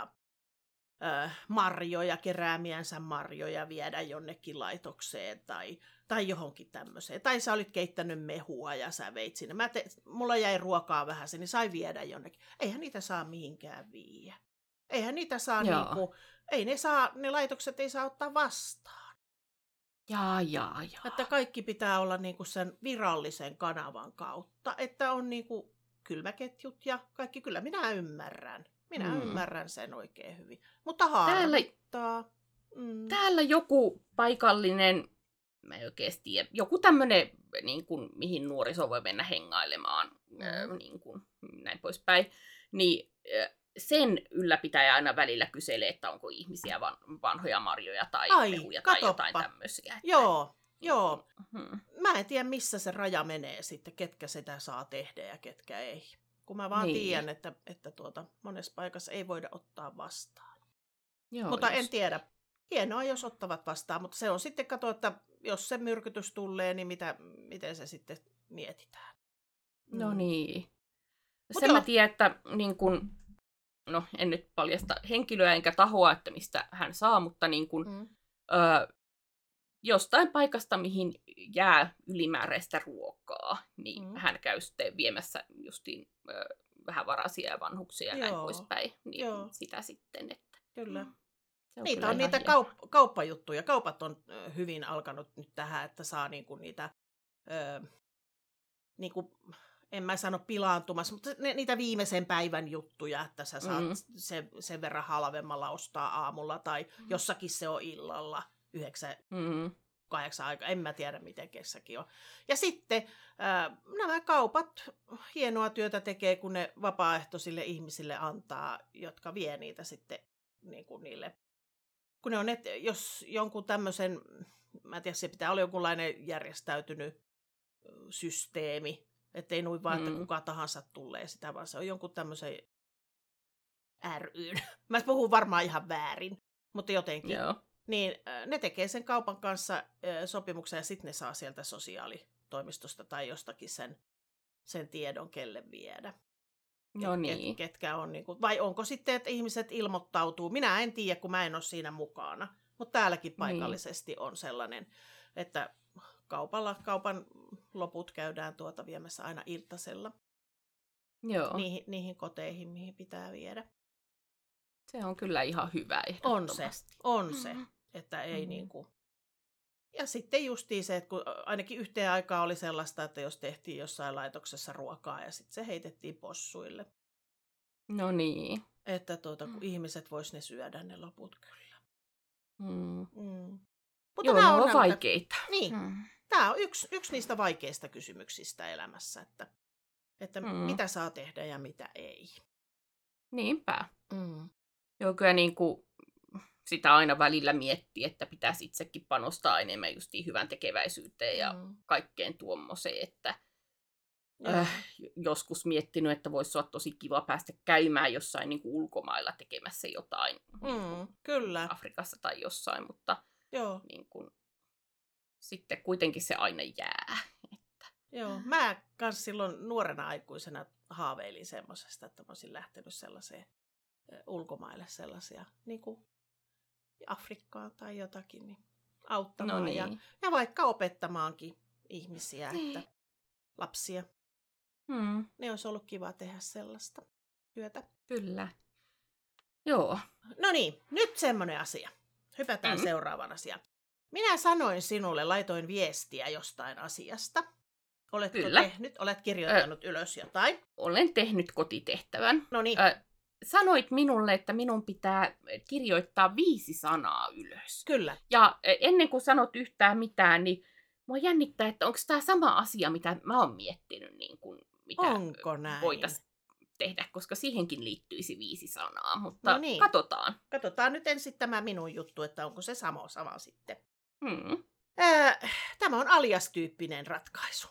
marjoja, keräämiänsä marjoja viedä jonnekin laitokseen tai johonkin tämmöiseen. Tai sä olit keittänyt mehua ja sä veit sinne. Mulla jäi ruokaa vähän, niin sai viedä jonnekin. Eihän niitä saa mihinkään viiä. Eihän niitä saa niinku, ne laitokset ei saa ottaa vastaan.
Jaa.
Että kaikki pitää olla niinku sen virallisen kanavan kautta, että on niinku kylmäketjut ja kaikki. Kyllä minä ymmärrän. Minä ymmärrän sen oikein hyvin. Mutta harmittaa.
Täällä joku paikallinen, mä en oikeasti tiedä, joku tämmöinen, niin kuin, mihin nuoriso voi mennä hengailemaan, niin kuin, näin poispäin, niin sen ylläpitäjä aina välillä kyselee, että onko ihmisiä vanhoja marjoja tai mehuja tai jotain tämmöisiä.
Joo. Mä en tiedä, missä se raja menee sitten, ketkä sitä saa tehdä ja ketkä ei. Kun mä vaan tiedän, että monessa paikassa ei voida ottaa vastaan.
Joo,
mutta en tiedä. Hienoa, jos ottavat vastaan, mutta se on sitten katsoa, että jos se myrkytys tulee, niin miten se sitten mietitään.
No niin. Sen mä tiedän, että niin kun, no en nyt paljasta henkilöä enkä tahoa, että mistä hän saa, mutta niin kun, jostain paikasta, mihin jää ylimääräistä ruokaa, niin hän käy sitten viemässä justiin vähävaraisia ja vanhuksia ja näin poispäin. Niin sitä sitten, että...
Kyllä. Niitä on niitä kauppajuttuja. Kaupat on hyvin alkanut nyt tähän, että saa niinku niitä, niinku, en mä sano pilaantumassa, mutta niitä viimeisen päivän juttuja, että sä saat sen verran halvemmalla ostaa aamulla tai jossakin se on illalla 9-8 aikaa, en mä tiedä miten kessäkin on. Ja sitten nämä kaupat hienoa työtä tekee, kun ne vapaaehtoisille ihmisille antaa, jotka vie niitä sitten niin kuin niille. Kun ne on, jos jonkun tämmöisen, mä en tiedä, se pitää olla jonkunlainen järjestäytynyt systeemi, ettei noin vaan, että kuka tahansa tulee sitä, vaan se on jonkun tämmöisen ry:n. Mä puhun varmaan ihan väärin, mutta jotenkin.
Joo.
Niin ne tekee sen kaupan kanssa sopimuksen ja sitten ne saa sieltä sosiaalitoimistosta tai jostakin sen tiedon, kelle viedä.
No niin.
Ketkä on, niin kuin, vai onko sitten, että ihmiset ilmoittautuu? Minä en tiedä, kun mä en ole siinä mukana. Mutta täälläkin paikallisesti on sellainen, että kaupan loput käydään viemässä aina iltasella.
Joo.
Niihin koteihin, mihin pitää viedä.
Se on kyllä ihan hyvä ehdottomasti.
On se. Että ei niinku... Ja sitten justiin se, että kun ainakin yhteen aikaa oli sellaista, että jos tehtiin jossain laitoksessa ruokaa ja sitten se heitettiin possuille.
No niin.
Että kun ihmiset vois ne syödä ne loput kyllä.
Mutta joo, ne on vaikeita.
Niin. Tämä on yksi niistä vaikeista kysymyksistä elämässä, että mitä saa tehdä ja mitä ei.
Niinpä. Joo, kyllä niin kuin sitä aina välillä miettii, että pitäisi itsekin panostaa enemmän justiin hyvän tekeväisyyteen ja kaikkeen tuommoiseen, että joskus miettinyt, että voisi olla tosi kiva päästä käymään jossain niin kuin ulkomailla tekemässä jotain
kyllä.
Afrikassa tai jossain, mutta niin kuin, sitten kuitenkin se aina jää. Että.
Joo, mä kans silloin nuorena aikuisena haaveilin semmosesta, että mä olisin lähtenyt sellaiseen ulkomaille sellaisia niin kuin Afrikkaan tai jotakin niin auttamaan
no niin.
ja vaikka opettamaankin ihmisiä, että lapsia. Ne olisi ollut kiva tehdä sellaista työtä.
Kyllä. Joo.
No niin, nyt semmoinen asia. Hypätään seuraavaan asiaan. Minä sanoin sinulle, laitoin viestiä jostain asiasta. Oletko tehnyt? Olet kirjoittanut ylös jotain?
Olen tehnyt kotitehtävän.
No niin.
Sanoit minulle, että minun pitää kirjoittaa 5 sanaa ylös.
Kyllä.
Ja ennen kuin sanot yhtään mitään, niin mua jännittää, että onko tämä sama asia, mitä mä oon miettinyt, niin kuin, mitä voitaisiin tehdä, koska siihenkin liittyisi 5 sanaa. Mutta no niin. Katsotaan.
Katsotaan nyt ensin tämä minun juttu, että onko se sama sitten. Tämä on alias-tyyppinen ratkaisu.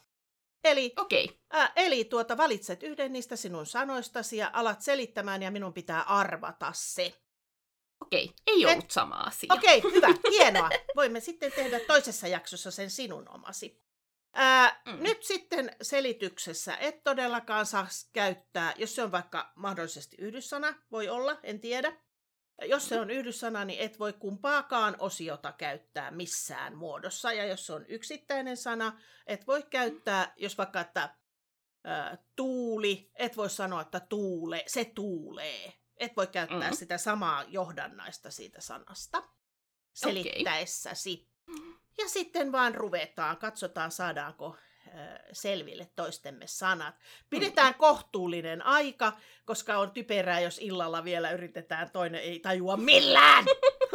Eli valitset yhden niistä sinun sanoistasi ja alat selittämään ja minun pitää arvata se.
Ei ollut sama asia.
Hyvä, hienoa. Voimme sitten tehdä toisessa jaksossa sen sinun omasi. Nyt sitten selityksessä et todellakaan saa käyttää, jos se on vaikka mahdollisesti yhdyssana, voi olla, en tiedä. Jos se on yhdyssana, niin et voi kumpaakaan osiota käyttää missään muodossa. Ja jos se on yksittäinen sana, et voi käyttää, jos vaikka että tuuli, et voi sanoa, että se tuulee. Et voi käyttää sitä samaa johdannaista siitä sanasta selittäessäsi. Ja sitten vaan ruvetaan, katsotaan saadaanko selville toistemme sanat. Pidetään kohtuullinen aika, koska on typerää, jos illalla vielä yritetään, toinen ei tajua millään.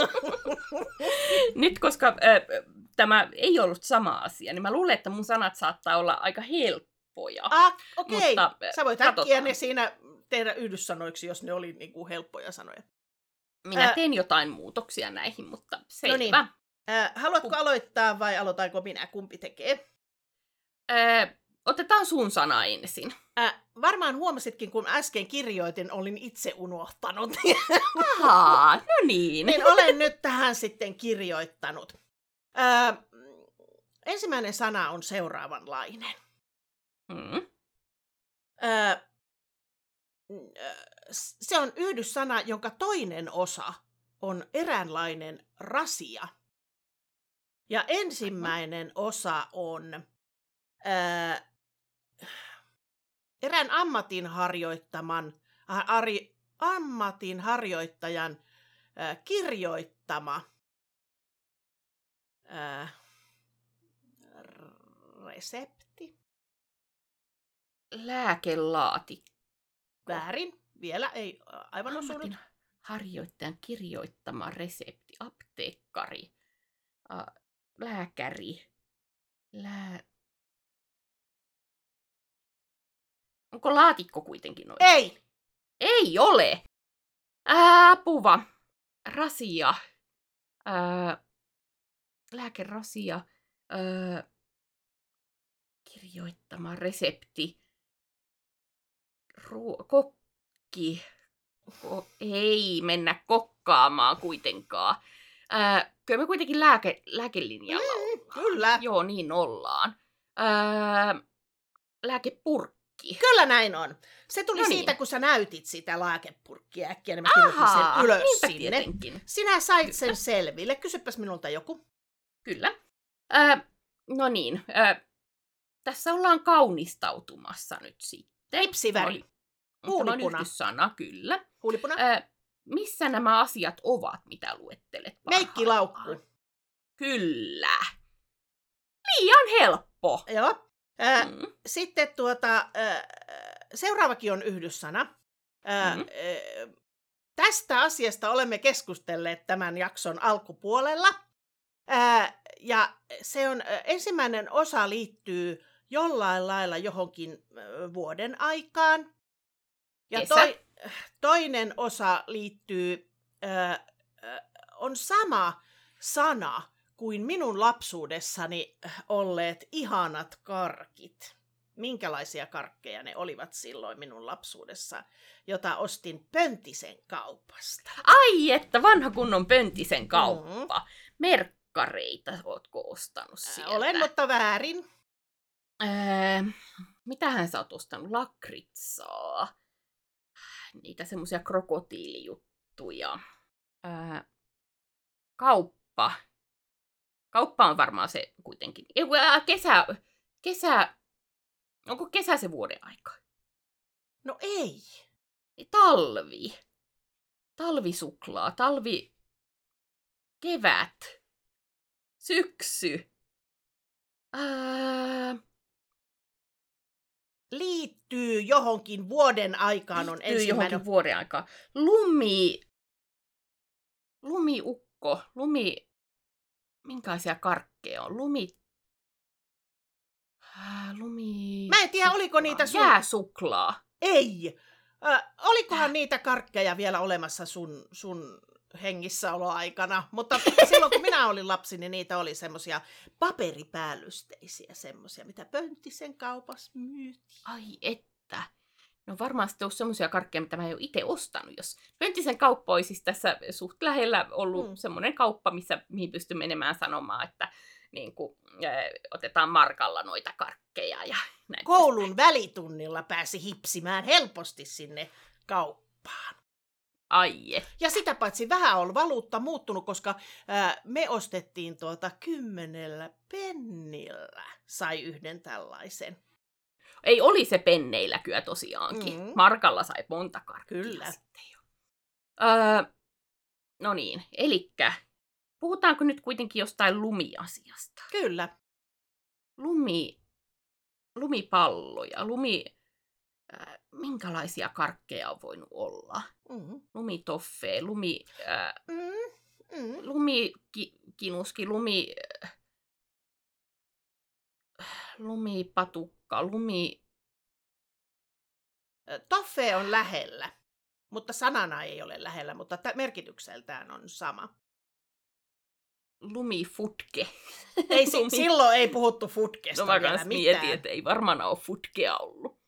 Nyt, koska tämä ei ollut sama asia, niin mä luulen, että mun sanat saattaa olla aika helppoja.
Okei. Sä voit äkkiä ne siinä tehdä yhdyssanoiksi, jos ne oli niin kuin helppoja sanoja.
Minä teen jotain muutoksia näihin, mutta selvä.
No niin. Haluatko aloittaa vai aloitanko minä? Kumpi tekee?
Otetaan sun sana ensin.
Varmaan huomasitkin, kun äsken kirjoitin, olin itse unohtanut.
Ahaa, no niin.
Niin olen nyt tähän sitten kirjoittanut. Ensimmäinen sana on seuraavanlainen. Se on yhdyssana, jonka toinen osa on eräänlainen rasia. Ja ensimmäinen osa on erään ammatinharjoittajan kirjoittama resepti.
Lääkelaatikko.
Väärin. Vielä ei aivan osunut.
Harjoittajan kirjoittama resepti. Apteekkari. Lääkäri. Onko laatikko kuitenkin oikein?
Ei!
Ei ole! Puva. Rasia. Lääkerasia. Kirjoittama resepti. Kokki. Ei mennä kokkaamaan kuitenkaan. Kyllä me kuitenkin lääkelinjalla ollaan.
Kyllä.
Joo, niin ollaan. Lääkepurkki.
Kyllä näin on. Se tuli siitä, kun sä näytit sitä lääkepurkkia äkkiä, niin mä kirjoitin sen ylös sinne.
Tietenkin.
Sinä sait sen selville. Kysypäs minulta joku.
Kyllä. No niin. Tässä ollaan kaunistautumassa nyt sitten.
Lipsiväri. Huulipuna.
Tämä on yhdyssana, kyllä.
Huulipuna.
Missä nämä asiat ovat, mitä luettelet parhaillaan?
Meikkilaukku.
Kyllä. Liian helppo.
Joo. Sitten seuraavakin on yhdyssana. Tästä asiasta olemme keskustelleet tämän jakson alkupuolella. Ja se on, ensimmäinen osa liittyy jollain lailla johonkin vuoden aikaan. Ja toinen osa liittyy, on sama sana kuin minun lapsuudessani olleet ihanat karkit. Minkälaisia karkkeja ne olivat silloin minun lapsuudessa, jota ostin Pöntisen kaupasta.
Ai että, vanha kunnon Pöntisen kauppa. Merkkareita ootko ostanut sieltä?
Olen, mutta väärin.
Mitähän sä oot ostanut? Lakritsaa. Niitä semmosia krokotiilijuttuja. Kauppa. Kauppa on varmaan se kuitenkin. Kesä. Onko kesä se vuoden aika?
No ei.
Talvi. Talvisuklaa. Kevät. Syksy.
Liittyy johonkin vuoden aikaan on ensimmäinen.
Johonkin vuoden aikaan. Lumiukko. Minkälaisia karkkeja on?
Mä en tiedä, oliko niitä
jääsuklaa.
Ei. Olikohan niitä karkkeja vielä olemassa sun hengissäoloaikana, mutta silloin kun minä olin lapsi, niin niitä oli semmoisia paperipäällysteisiä semmoisia, mitä Pönttisen kaupassa myytiin.
Ai että. No varmasti on semmoisia karkkeja, mitä mä en ole itse ostanut. Jos Pönttisen kauppa olisi siis tässä suht lähellä ollut semmoinen kauppa, mihin pystyy menemään sanomaan, että niin kuin, otetaan markalla noita karkkeja. Ja näin
koulun välitunnilla pääsi hipsimään helposti sinne kauppaan.
Ai.
Ja sitä paitsi vähän on valuutta muuttunut, koska me ostettiin 10 pennillä sai yhden tällaisen.
Ei, oli se penneillä kyllä tosiaankin. Markalla sai monta karkkia.
Kyllä.
Sitten jo. No niin, elikkä puhutaanko nyt kuitenkin jostain lumiasiasta?
Kyllä.
lumipalloja, minkälaisia karkkeja on voinut olla? Lumitoffee, lumikinuski, lumipatukka,
Toffee on lähellä, mutta sanana ei ole lähellä, mutta merkitykseltään on sama.
Lumifutke.
Ei, silloin ei puhuttu futkesta
no mä
vielä
kans
mitään.
mietin, että ei varmaan ole futkea ollut.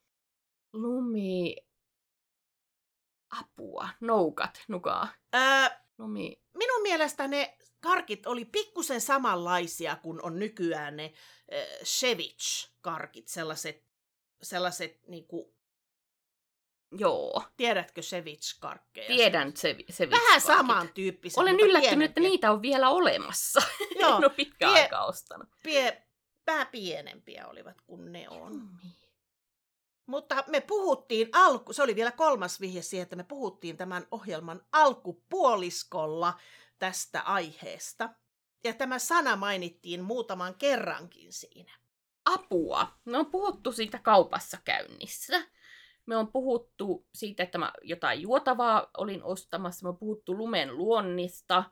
Apua, noukat, nukaa.
Minun mielestä ne karkit oli pikkusen samanlaisia kuin on nykyään ne ceviche-karkit, sellaiset niinku...
Joo.
Tiedätkö ceviche-karkkeja?
Tiedän ceviche-karkit.
Vähän samantyyppiset.
Olen yllättynyt, että niitä on vielä olemassa. Joo, en ole pitkään aikaa ostanut.
Vähän pienempiä olivat kuin ne on. Mutta me puhuttiin se oli vielä 3. vihje siihen, että me puhuttiin tämän ohjelman alkupuoliskolla tästä aiheesta. Ja tämä sana mainittiin muutaman kerrankin siinä.
Apua. Me on puhuttu siitä kaupassa käynnissä. Me on puhuttu siitä, että mä jotain juotavaa olin ostamassa. Me on puhuttu lumen luonnista.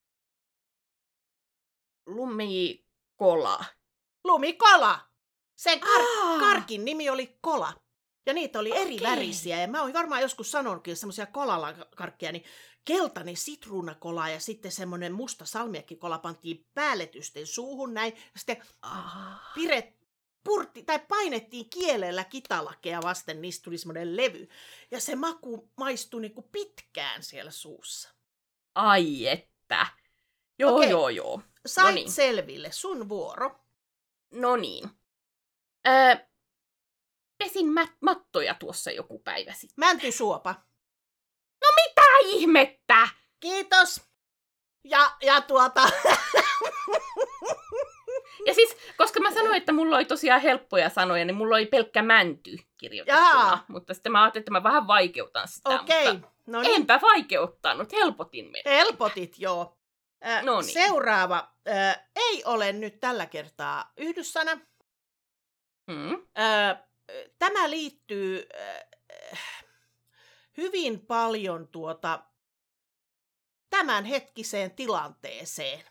Lumikola.
Lumikola! Sen karkin nimi oli kola. Ja niitä oli eri värisiä. Ja mä oon varmaan joskus sanonutkin semmoisia kolalakarkkeja, niin keltainen sitruunakola ja sitten semmoinen musta salmiakkikola pantiin päälletysten suuhun näin. Ja sitten painettiin kielellä kitalakea vasten, niistä tuli semmoinen levy. Ja se maku maistui niinku pitkään siellä suussa.
Ai että. Joo.
Sait selville. Sun vuoro.
No niin. Pesin mattoja tuossa joku päivä sitten.
Mäntysuopa.
No mitä ihmettä?
Kiitos. Ja
Ja siis, koska mä sanoin, että mulla oli tosiaan helppoja sanoja, niin mulla oli pelkkä mänty kirjoitettuna. Mutta sitten mä ajattelin, että mä vähän vaikeutan sitä.
Okei. No niin.
Enpä vaikeuttanut, helpotin meitä.
Helpotit, joo. Seuraava. Ei ole nyt tällä kertaa yhdyssana. Tämä liittyy hyvin paljon tämänhetkiseen tilanteeseen.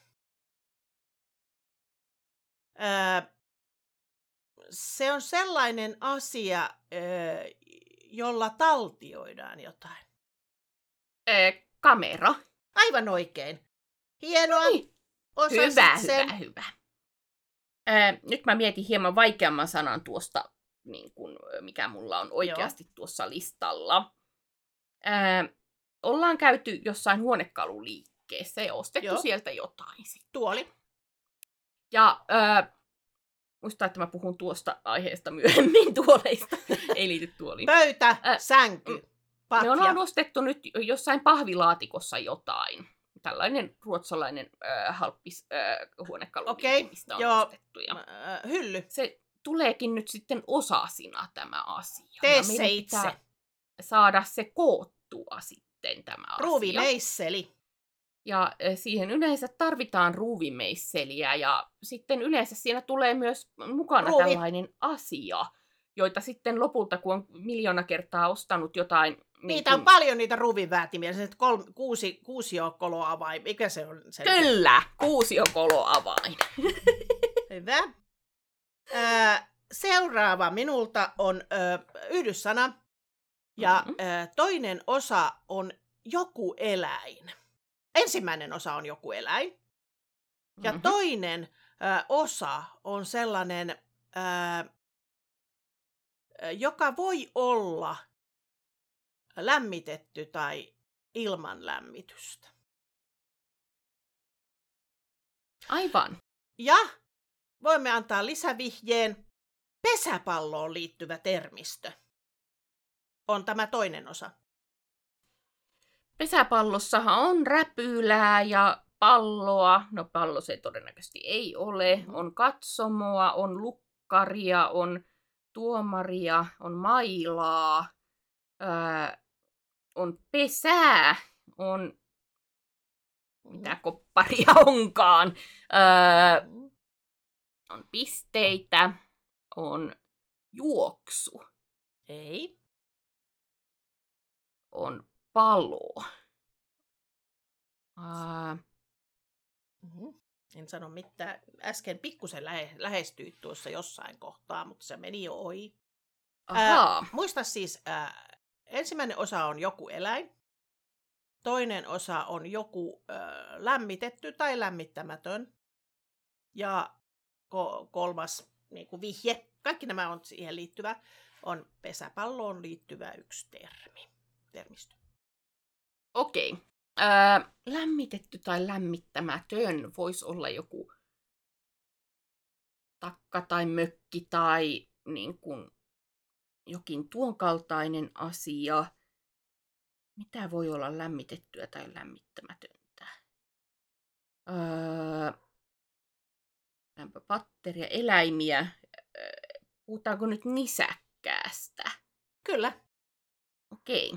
Se on sellainen asia, jolla taltioidaan jotain.
Kamera.
Aivan oikein. Hienoa.
Hyvä. Nyt mä mietin hieman vaikeamman sanan tuosta, niin kuin, mikä mulla on oikeasti tuossa listalla. Ollaan käyty jossain huonekaluliikkeessä ja ostettu sieltä jotain.
Tuoli.
Ja muistaa, että mä puhun tuosta aiheesta myöhemmin tuoleista. Ei liity tuoliin.
Pöytä, sänky, patja.
Me ollaan ostettu nyt jossain pahvilaatikossa jotain. Tällainen ruotsalainen halppis huonekaluliike, mistä on ostettu. Ja
hylly.
Se tuleekin nyt sitten osasina tämä asia.
Tee se itse.
Saada se koottua sitten tämä asia.
Ruuvimeisseli.
Ja siihen yleensä tarvitaan ruuvimeisseliä ja sitten yleensä siinä tulee myös mukana tällainen asia, joita sitten lopulta, kun on miljoona kertaa ostanut jotain...
Niitä on paljon niitä ruuviväätimiä, se 6-koloavain. Mikä se on?
Kyllä, 6-koloavain.
Hyvä. Seuraava minulta on yhdyssana ja toinen osa on joku eläin. Ensimmäinen osa on joku eläin. Ja toinen osa on sellainen, joka voi olla lämmitetty tai ilman lämmitystä.
Aivan.
Ja voimme antaa lisävihjeen. Pesäpalloon liittyvä termistö on tämä toinen osa.
Pesäpallossahan on räpylää ja palloa. No pallo se todennäköisesti ei ole. On katsomoa, on lukkaria, on tuomaria, on mailaa, on pesää, on mitä kopparia onkaan, on pisteitä, on juoksu.
Ei.
On palo.
En sano mitään. Äsken pikkusen lähestyit tuossa jossain kohtaa, mutta se meni jo ohi. Muista siis, ensimmäinen osa on joku eläin. Toinen osa on joku lämmitetty tai lämmittämätön. Ja kolmas niin kuin vihje, kaikki nämä on siihen liittyvä, on pesäpalloon liittyvä yksi termistö.
Okei. Lämmitetty tai lämmittämätön voisi olla joku takka tai mökki tai niin kuin jokin tuon kaltainen asia. Mitä voi olla lämmitettyä tai lämmittämätöntä? Lämpöpatteria, eläimiä. Puhutaanko nyt nisäkkäästä?
Kyllä.
Okei.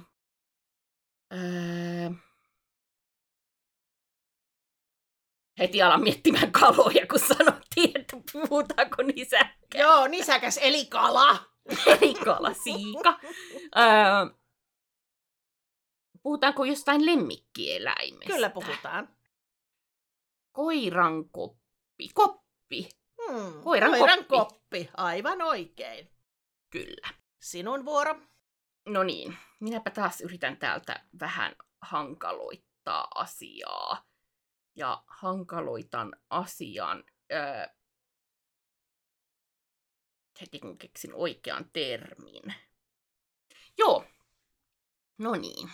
Heti alan miettimään kaloja, kun sanottiin, että puhutaanko nisäkkää.
Joo, nisäkäs eli kala.
Eli kala, siika. Puhutaanko jostain lemmikkieläimestä?
Kyllä puhutaan.
Koiran koppi. Koppi.
Koiran koppi. Aivan oikein.
Kyllä.
Sinun vuoro.
No niin, minäpä taas yritän täältä vähän hankaloittaa asiaa. Ja hankaloitan asian heti kun keksin oikean termin. Joo, no niin.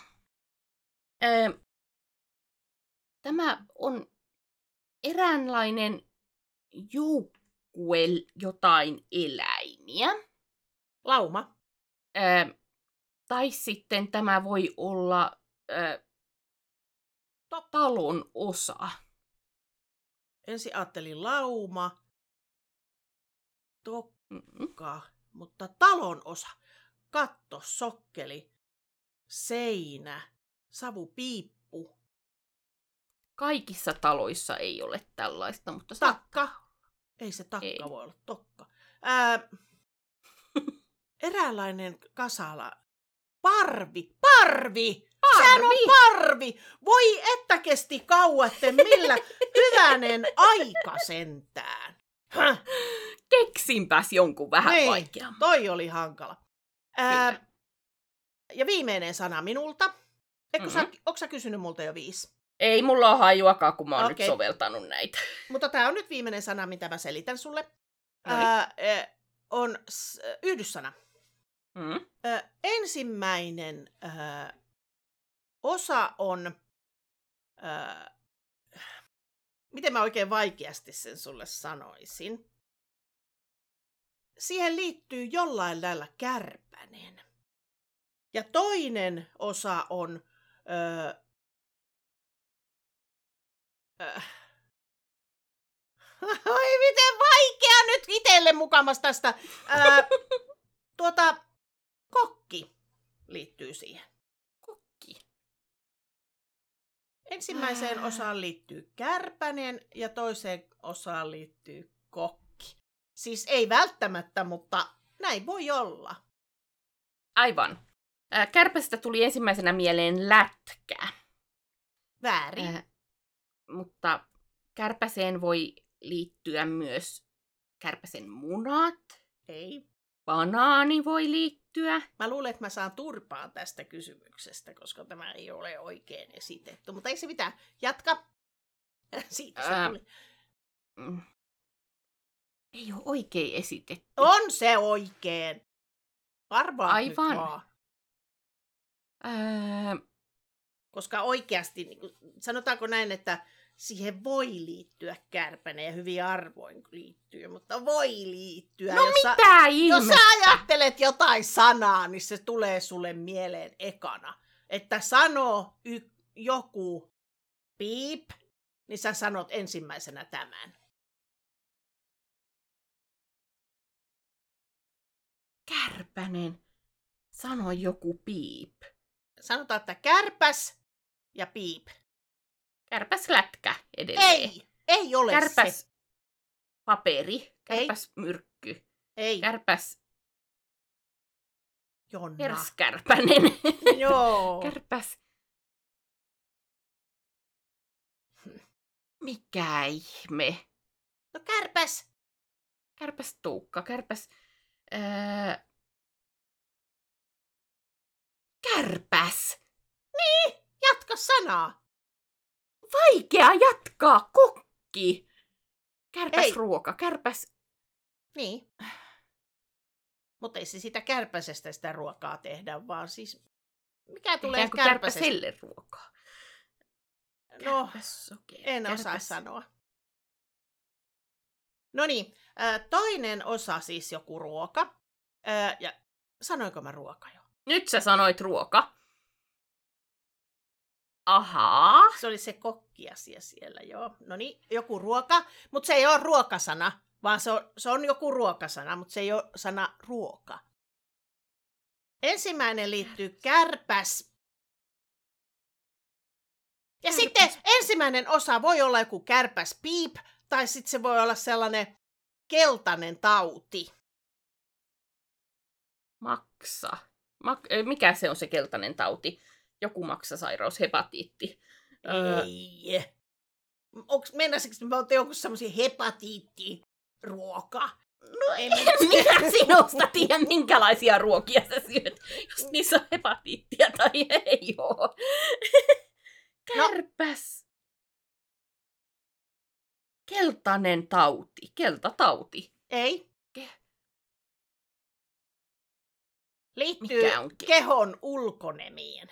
Tämä on eräänlainen joukkue jotain eläimiä.
Lauma.
Tai sitten tämä voi olla talon osa.
Ensin ajattelin lauma, tokka, mutta talon osa. Katto, sokkeli, seinä, savupiippu.
Kaikissa taloissa ei ole tällaista, mutta
takka. Ei se takka ei. Voi olla tokka. Eräänlainen kasala. Parvi! Sehän on parvi! Voi että kesti kauatten, millä hyvänen aika sentään.
Keksinpäs jonkun vähän vaikeamman.
Toi oli hankala. Ja viimeinen sana minulta. Onko sä kysynyt multa jo 5?
Ei mulla ole hajuakaan, kun mä oon nyt soveltanut näitä.
Mutta tää on nyt viimeinen sana, mitä mä selitän sulle. On yhdyssana. Ensimmäinen osa on, miten mä oikein vaikeasti sen sulle sanoisin. Siihen liittyy jollain lailla kärpänen. Ja toinen osa on, oi miten vaikea nyt itselle mukamas tästä. Kokki liittyy siihen.
Kokki.
Ensimmäiseen osaan liittyy kärpänen ja toiseen osaan liittyy kokki. Siis ei välttämättä, mutta näin voi olla.
Aivan. Kärpästä tuli ensimmäisenä mieleen lätkä.
Väärin.
Mutta kärpäseen voi liittyä myös kärpäsen munat.
Ei.
Banaani voi liittyä.
Mä luulen, että mä saan turpaan tästä kysymyksestä, koska tämä ei ole oikein esitetty. Mutta ei se mitään. Jatka. Siitä se tuli.
Ei ole oikein esitetty.
On se oikein. Arvaa
aivan.
Nyt vaan. Koska oikeasti, niin sanotaanko näin, että siihen voi liittyä kärpänen ja hyvin arvoin liittyy, mutta voi liittyä.
No mitä ihmettä?
Jos sä ajattelet jotain sanaa, niin se tulee sulle mieleen ekana. Että sanoo joku piip, niin sä sanot ensimmäisenä tämän.
Kärpänen. Sano joku piip.
Sanotaan, että kärpäs ja piip.
Kärpäs lätkä edelleen.
Ei ole
kärpäs
se.
Paperi. Kärpäs myrkky.
Ei.
Kärpäs
Jonna.
Perskärpänen.
Joo.
Kärpäs. Mikä ihme?
No kärpäs.
Kärpäs Tuukka, kärpäs. Kärpäs.
Niin, jatka sanaa.
Vaikea jatkaa, kokki. Kärpäs
Ei.
ruoka, kärpäs.
Niin. Mutta ei se sitä kärpäsestä sitä ruokaa tehdä, vaan siis mikä tulee kärpäsestä?
Kärpäselle ruokaa.
No,
Kärpässokeeri,
en osaa sanoa. No niin, toinen osa siis joku ruoka. Ja sanoinko mä ruoka jo?
Nyt sä sanoit ruoka. Ahaa.
Se oli se kokkiasia siellä, joo. No niin, joku ruoka, mutta se ei ole ruokasana, vaan se on joku ruokasana, mutta se ei ole sana ruoka. Ensimmäinen liittyy kärpäs. Ja sitten ensimmäinen osa voi olla joku kärpäs piip, tai sitten se voi olla sellainen keltainen tauti.
Maksa. Mikä se on se keltainen tauti? Joku maksasairaus, hepatiitti.
Ei. Mennäisikö me olette joku semmoisia hepatiittiruoka?
No en minä sinusta tiedä, minkälaisia ruokia sä syöt, jos niissä on hepatiittia tai ei oo. Kärpäs. Keltainen tauti. Keltatauti.
Ei. Liittyy
Mikä on
kehon ulkonemiin.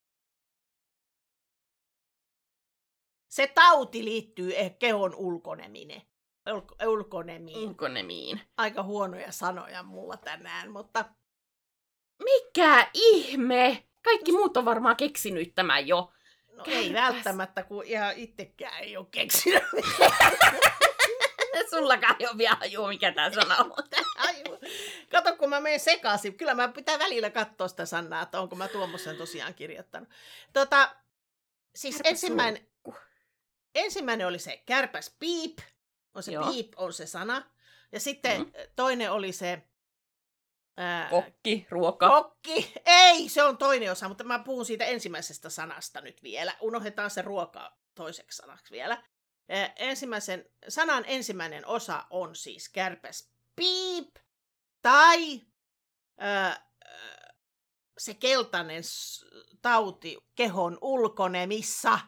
Se tauti liittyy kehon ulkonemiin.
Ulkonemiin.
Aika huonoja sanoja mulla tänään, mutta...
Mikä ihme? Kaikki muut on varmaan keksinyt tämän jo.
No ei välttämättä, kun ihan itsekään ei ole keksinyt.
Sullakaan ei ole vielä hajua, mikä tämä sana on.
Kato, kun mä menen sekaisin. Kyllä mä pitää välillä katsoa sitä sanaa, että onko mä tuommoisen tosiaan kirjoittanut. Siis ensimmäinen oli se kärpäs piip. Piip on se sana. Ja sitten toinen oli se...
kokki, ruoka.
Kokki. Ei, se on toinen osa, mutta mä puhun siitä ensimmäisestä sanasta nyt vielä. Unohdetaan se ruoka toiseksi sanaksi vielä. Sanan ensimmäinen osa on siis kärpäs piip tai se keltainen tauti kehon ulkonemissa,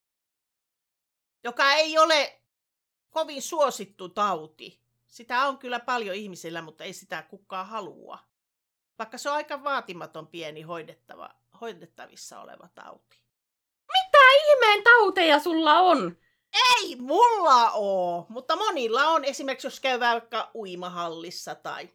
joka ei ole kovin suosittu tauti. Sitä on kyllä paljon ihmisillä, mutta ei sitä kukaan halua. Vaikka se on aika vaatimaton pieni hoidettavissa oleva tauti.
Mitä ihmeen tauteja sulla on?
Ei mulla oo, mutta monilla on. Esimerkiksi jos käy vaikka uimahallissa tai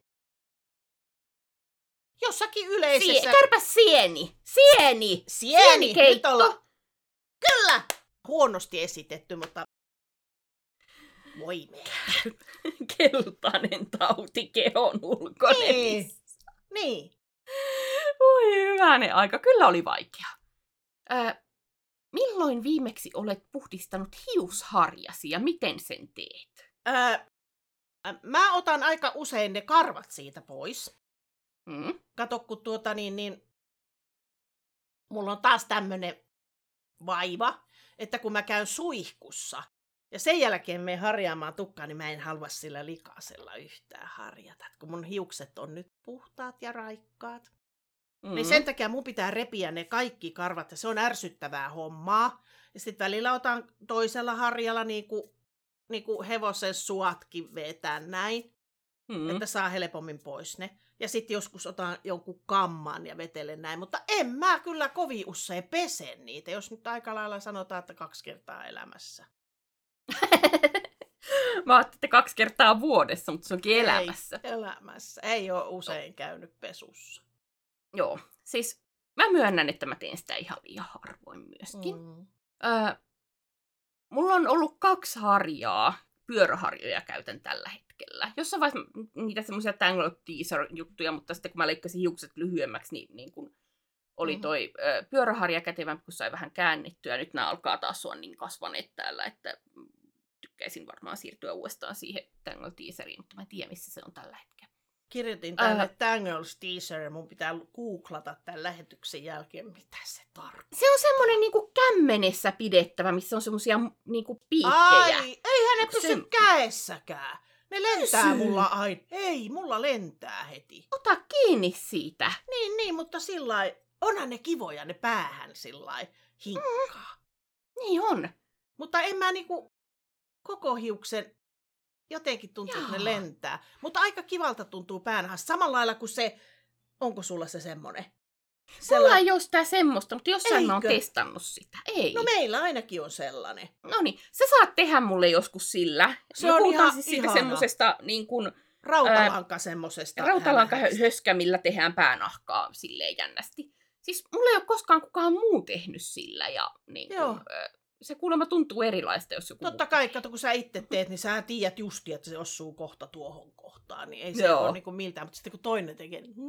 jossakin yleisessä...
Kärpäs sieni! Sieni!
Sienikeitto! Kyllä! Huonosti esitetty, mutta... Voi mennä.
Keltainen tauti kehon ulkonemissa.
Niin.
Voi hyvänen aika. Kyllä oli vaikea. Milloin viimeksi olet puhdistanut hiusharjasi ja miten sen teet?
Mä otan aika usein ne karvat siitä pois.
Mm.
Kato, kun mulla on taas tämmönen vaiva, että kun mä käyn suihkussa ja sen jälkeen menen harjaamaan tukkaa, niin mä en halua sillä likaisella yhtään harjata. Kun mun hiukset on nyt puhtaat ja raikkaat. Niin sen takia mun pitää repiä ne kaikki karvat ja se on ärsyttävää hommaa. Ja sitten välillä otan toisella harjalla niinku hevosen suatkin vetää näin, että saa helpommin pois ne. Ja sitten joskus otan jonkun kamman ja vetelen näin, mutta en mä kyllä kovin usein pese niitä, jos nyt aika lailla sanotaan, että 2 kertaa elämässä.
Mä ajattelin, että 2 kertaa vuodessa, mutta se onkin elämässä.
Ei, elämässä. Ei ole usein käynyt pesussa.
Joo, siis mä myönnän, että mä teen sitä ihan liian harvoin myöskin. Mulla on ollut 2 harjaa, pyöräharjoja käytän tällä hetkellä. Jossain vaiheessa niitä semmoisia Tangle Teaser-juttuja, mutta sitten kun mä leikkasin hiukset lyhyemmäksi, niin kun oli toi pyöräharja kätevämpi, kun sai vähän käännettyä. Nyt nämä alkaa taas olla niin kasvaneet täällä, että tykkäisin varmaan siirtyä uudestaan siihen Tangle Teaseriin, mutta mä en tiedä, missä se on tällä hetkellä.
Kirjoitin tänne Tangles teaser ja mun pitää googlata tämän lähetyksen jälkeen, mitä se tarkoittaa.
Se on semmoinen niinku kämmenessä pidettävä, missä on semmoisia niinku piikkejä.
Ai, eihän ne pysy käessäkään. Ne lentää mulla aina. Ei, mulla lentää heti.
Ota kiinni siitä.
Niin, mutta sillai, onhan ne kivoja ne päähän sillai hinkkaa.
Niin on.
Mutta en mä niinku koko hiuksen jotenkin tuntuu, että ne lentää. Mutta aika kivalta tuntuu päänahassa. Samalla lailla kuin se, onko sulla se semmonen?
Mulla ei ole sitä semmoista, mutta jossain mä oon testannut sitä. Ei.
No meillä ainakin on sellainen.
Noniin, sä saat tehdä mulle joskus sillä.
Se on ihan
siis siitä semmosesta niin kuin
rautalanka semmosesta.
Rautalanka höskä, millä tehdään päänahkaa silleen jännästi. Siis mulla ei ole koskaan kukaan muu tehnyt sillä ja niin kuin, se kuulemma tuntuu erilaista, jos joku
totta kai, kato, kun sä itse teet, niin sä tiedät justi, että se osuu kohta tuohon kohtaan. Niin ei se ole niin miltään, mutta sitten kun toinen tekee, niin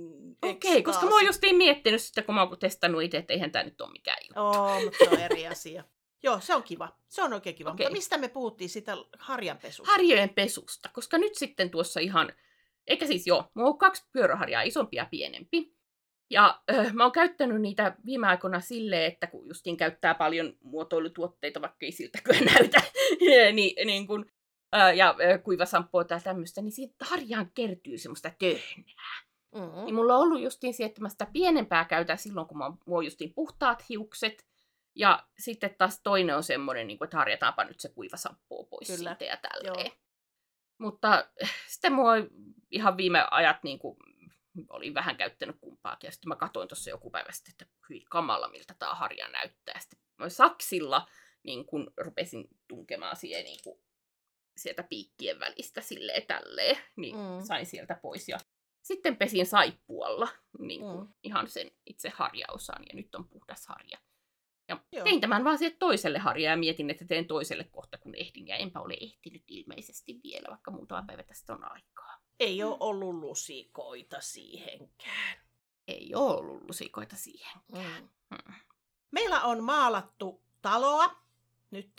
okei, koska mä oon justiin miettinyt sitten, kun mä oon testannut itse, että eihän tää nyt ole mikään juttu.
Mutta se on eri asia. Joo, se on kiva. Se on oikein kiva. Mutta mistä me puhuttiin sitä harjanpesusta?
Harjojen pesusta, koska nyt sitten tuossa ihan, eikä siis mulla on 2 pyöräharjaa, isompi ja pienempi. Ja mä oon käyttänyt niitä viime aikoina silleen, että kun justiin käyttää paljon muotoilutuotteita, vaikka ei siltä kyllä näytä, niin kun, ja kuivasampoa tai tämmöistä, niin siitä harjaan kertyy semmoista töhnää. Mm-hmm. Niin mulla on ollut justiin se, että mä sitä pienempää käytän silloin, kun mulla on justiin puhtaat hiukset. Ja sitten taas toinen on semmoinen, niin että harjataanpa nyt se kuivasampoa pois kyllä. Siitä ja tälleen. Joo. Mutta sitten mulla on ihan viime ajat niin kuin, olin vähän käyttänyt kumpaakin. Ja sitten mä katsoin tuossa joku päivä sitten, että hyi kamala, miltä tää harja näyttää. Ja sitten mä saksilla niin kun rupesin tunkemaan siihen, niin kun, sieltä piikkien välistä silleen tälleen. Niin sain sieltä pois. Ja sitten pesin saippualla niin kun, ihan sen itse harjaosan. Ja nyt on puhdas harja. Ja tein tämän vaan siihen toiselle harjaan ja mietin, että teen toiselle kohta, kun ehdin. Ja enpä ole ehtinyt ilmeisesti vielä, vaikka muutama päivä tästä on aikaa.
Ei ole ollut lusikoita siihenkään.
Ei ole ollut lusikoita siihenkään.
Meillä on maalattu taloa nyt.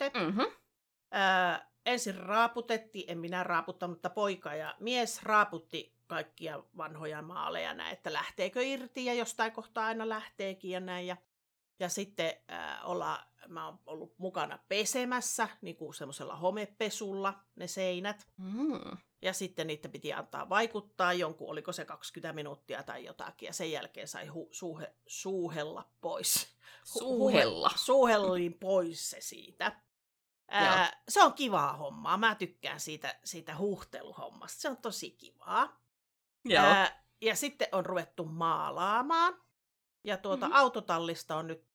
Ensin raaputettiin, en minä raaputtanut, mutta poika ja mies raaputti kaikkia vanhoja maaleja näin, että lähteekö irti ja jostain kohtaa aina lähteekin ja näin. Ja sitten mä oon ollut mukana pesemässä niin kuin semmoisella homepesulla ne seinät. Ja sitten niitä piti antaa vaikuttaa jonkun, oliko se 20 minuuttia tai jotakin. Ja sen jälkeen sai suuhella pois. Suuhellin pois se siitä. Se on kivaa hommaa. Mä tykkään siitä huuhteluhommasta. Se on tosi kivaa. Ja sitten on ruvettu maalaamaan. Ja autotallista on nyt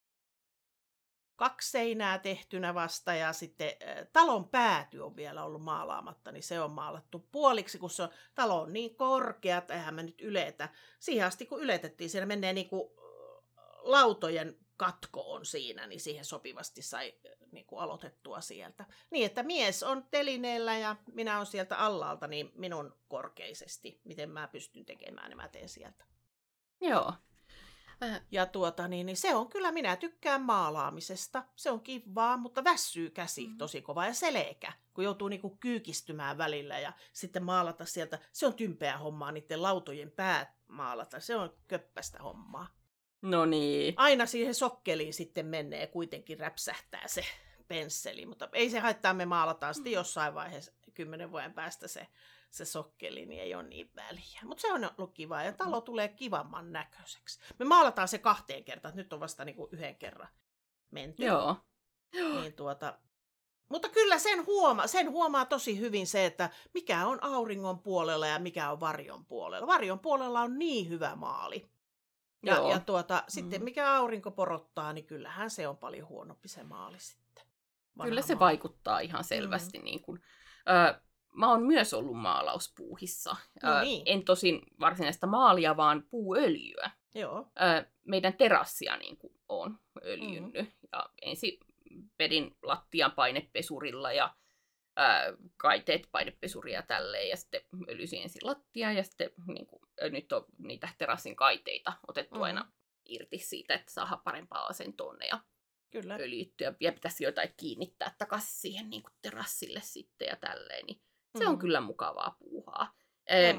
2 seinää tehtynä vasta ja sitten talon pääty on vielä ollut maalaamatta, niin se on maalattu puoliksi, kun talo on niin korkea, että eihän me nyt yletä. Siihen asti kun yletettiin, siellä menee niinku lautojen katko on siinä, niin siihen sopivasti sai niinku aloitettua sieltä. Niin, että mies on telineellä ja minä on sieltä alhaalta, niin minun korkeisesti, miten mä pystyn tekemään, niin mä teen sieltä.
Joo.
Ja niin se on kyllä, minä tykkään maalaamisesta. Se on kivaa, mutta väsyy käsi tosi kova ja selkä, kun joutuu niinku kyykistymään välillä ja sitten maalata sieltä. Se on tympeä hommaa, niiden lautojen päät maalata. Se on köppästä hommaa.
No niin.
Aina siihen sokkeliin sitten menee kuitenkin räpsähtää se pensseli, mutta ei se haittaa, me maalataan sitten jossain vaiheessa 10 vuoden päästä se sokkeli, niin ei ole niin väliä. Mutta se on ollut kivaa ja talo tulee kivamman näköiseksi. Me maalataan se 2 kertaa, nyt on vasta niinku 1 kerran menty.
Joo.
Niin mutta kyllä sen huomaa tosi hyvin se, että mikä on auringon puolella ja mikä on varjon puolella. Varjon puolella on niin hyvä maali. Ja sitten mikä aurinko porottaa, niin kyllähän se on paljon huonompi se maali sitten.
Kyllä se vaikuttaa ihan selvästi. Niin kuin, mä oon myös ollut maalauspuuhissa.
No niin.
En tosin varsinaista maalia, vaan puuöljyä.
Joo.
Meidän terassia niin kuin oon öljynnyt. Ja ensin vedin lattian painepesurilla ja kaiteet painepesuria tälleen. Ja sitten öljysin ensin lattiaa ja sitten niin kuin, nyt on niitä terassin kaiteita otettu aina irti siitä, että saadaan parempaa asentoon ja
kyllä.
Öljyttyä. Ja pitäisi jotain kiinnittää takaisin siihen niin kuin terassille sitten ja tälleen. Niin se on kyllä mukavaa puuhaa.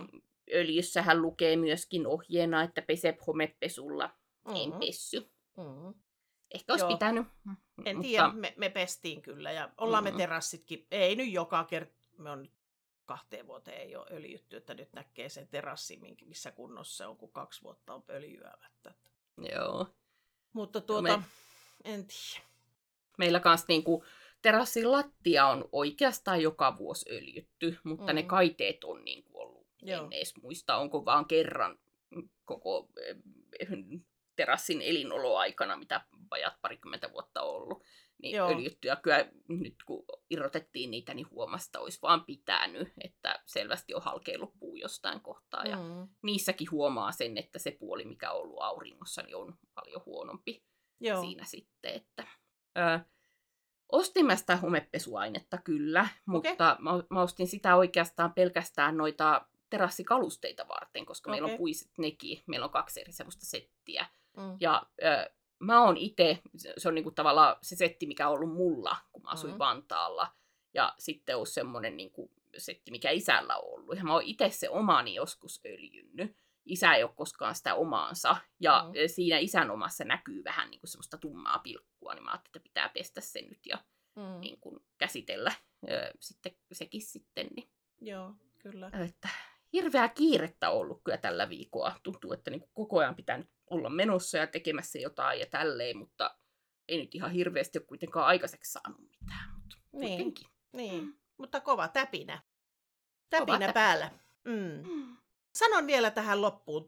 öljyssähän lukee myöskin ohjeena, että pese homepesulla. En pessy. Ehkä olisi pitänyt.
En tiedä, me pestiin kyllä ja ollaan me terassitkin. Ei nyt joka kerta, me on nyt 2 vuoteen ei ole öljytty, että nyt näkee sen terassi, missä kunnossa se on, kun 2 vuotta on öljyämättä.
Joo.
Mutta en tiedä.
Meillä kanssa niinku terassin lattia on oikeastaan joka vuosi öljytty, mutta ne kaiteet on niinku ollut. En edes muista, onko vaan kerran koko terassin elinoloaikana, mitä vajat 20 vuotta ollut, niin öljytty. Ja kyllä nyt kun irrotettiin niitä, niin huomasta olisi vaan pitänyt, että selvästi on halkeillut puu jostain kohtaa. Ja niissäkin huomaa sen, että se puoli, mikä on ollut auringossa, niin on paljon huonompi siinä sitten. Että, ostin mä sitä homepesuainetta kyllä, mutta mä ostin sitä oikeastaan pelkästään noita terassikalusteita varten, koska meillä on puiset nekin. Meillä on 2 eri semmoista settiä. Ja mä oon itse, se on niinku tavallaan se setti, mikä on ollut mulla, kun mä asuin Vantaalla. Ja sitten on semmoinen niinku setti, mikä isällä on ollut. Ja mä oon itse se omani joskus öljynnyt. Isä ei ole koskaan sitä omaansa. Ja siinä isän omassa näkyy vähän niinku semmoista tummaa pilkkua. Niin mä ajattelin, että pitää pestä sen nyt ja niinku käsitellä sitten sekin sitten. Niin.
Joo, kyllä.
Että hirveää kiirettä ollut kyllä tällä viikolla. Tuntuu, että niinku koko ajan pitää olla menossa ja tekemässä jotain ja tälleen, mutta ei nyt ihan hirveästi ole kuitenkaan aikaiseksi saanut mitään. Mutta
niin. Mutta kova täpinä. Täpinä päällä. Sanon vielä tähän loppuun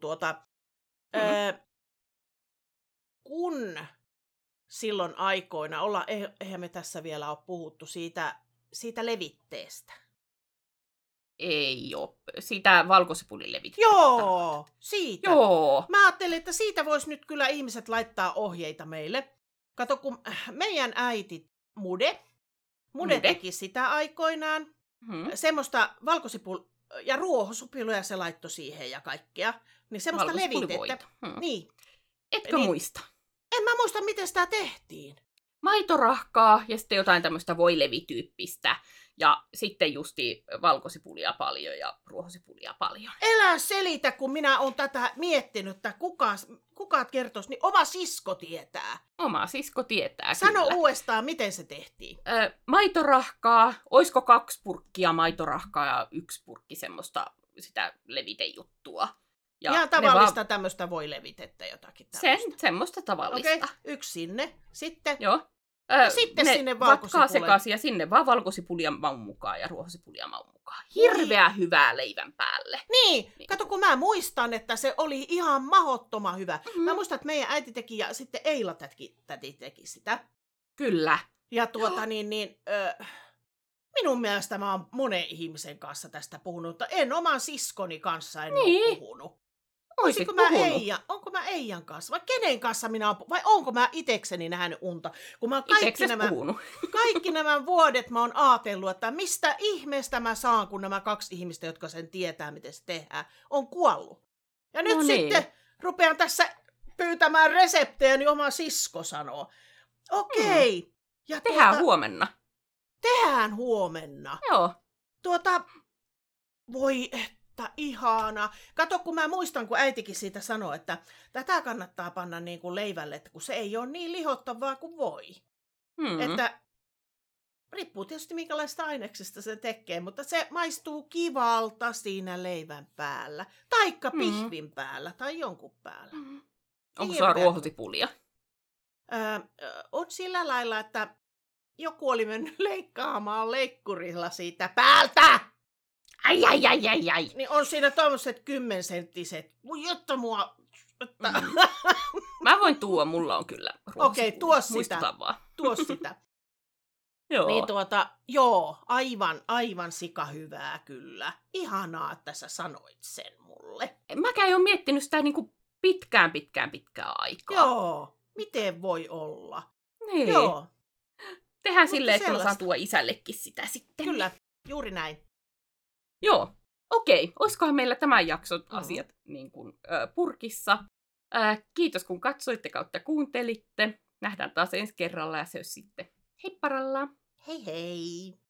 kun silloin aikoina, eihän me tässä vielä ole puhuttu siitä levitteestä.
Ei ole. Siitä valkosipulilevitteestä.
Joo, siitä.
Joo.
Mä ajattelin, että siitä vois nyt kyllä ihmiset laittaa ohjeita meille. Kato, kun meidän äiti Mude teki sitä aikoinaan. Semmoista ja ruohosipulia se laittoi siihen ja kaikkea. Niin semmoista levitettä. Niin.
Etkö muista?
En mä muista, miten sitä tehtiin.
Maitorahkaa ja sitten jotain tämmöistä voilevityyppistä. Ja sitten justi valkosipulia paljon ja ruohosipulia paljon.
Elä selitä, kun minä olen tätä miettinyt, että kuka kertoisi, niin oma sisko tietää.
Oma sisko tietää,
Sano
kyllä.
uudestaan, miten se tehtiin.
Maitorahkaa, oisko 2 purkkia maitorahkaa ja 1 purkki semmoista sitä levitejuttua. Ja
ihan tavallista tämmöistä voilevitettä jotakin tämmöistä.
Semmoista tavallista.
Okei, 1 sinne. Sitten.
Joo.
Sitten sinne valkosipulia.
Sekaisin ja sinne vaan valkosipulia maun mukaan ja ruohosipulia maun mukaan. Hirveä hyvää leivän päälle.
Niin. Kato, kun mä muistan, että se oli ihan mahdottoman hyvä. Mä muistan, että meidän äiti teki ja sitten Eila täti teki sitä.
Kyllä.
Ja minun mielestä mä oon monen ihmisen kanssa tästä puhunut, mutta en oman siskoni kanssa ole puhunut. Onko mä Eijan kanssa? Vai kenen kanssa minä oon vai onko mä itekseni nähnyt unta? Kun mä kaikki nämä vuodet mä oon ajatellut, että mistä ihmeestä mä saan, kun nämä 2 ihmistä, jotka sen tietää, miten se tehdään, on kuollut. Ja nyt sitten rupean tässä pyytämään reseptejä, niin oma sisko sanoo. Okei. Ja
tehdään huomenna.
Tehdään huomenna.
Joo.
Voi ihana. Kato, kun mä muistan, kun äitikin siitä sanoi, että tätä kannattaa panna niin kuin leivälle, että kun se ei ole niin lihottavaa kuin voi. Että riippuu tietysti minkälaista aineksesta se tekee, mutta se maistuu kivalta siinä leivän päällä. Taikka pihvin päällä tai jonkun päällä.
Onko sulla ruohosipulia?
On sillä lailla, että joku oli mennyt leikkaamaan leikkurilla siitä päältä.
Ai.
Niin on siinä tommoset 10-senttiset. Jotta mua...
Mä voin tuoda, mulla on kyllä ruohosipulia.
Okei, tuo sitä.
Joo.
Niin aivan sika hyvää kyllä. Ihanaa, että sä sanoit sen mulle.
Mäkään en ole miettinyt sitä niinku pitkään aikaa.
Joo, miten voi olla?
Niin.
Joo.
Tehdään silleen, että mä saan tuoda isällekin sitä sitten.
Kyllä, juuri näin.
Joo, okei. Olisikohan meillä tämän jakson asiat niin kuin, purkissa. Kiitos kun katsoitte kautta kuuntelitte. Nähdään taas ensi kerralla ja se olisi sitten heipparalla.
Hei hei!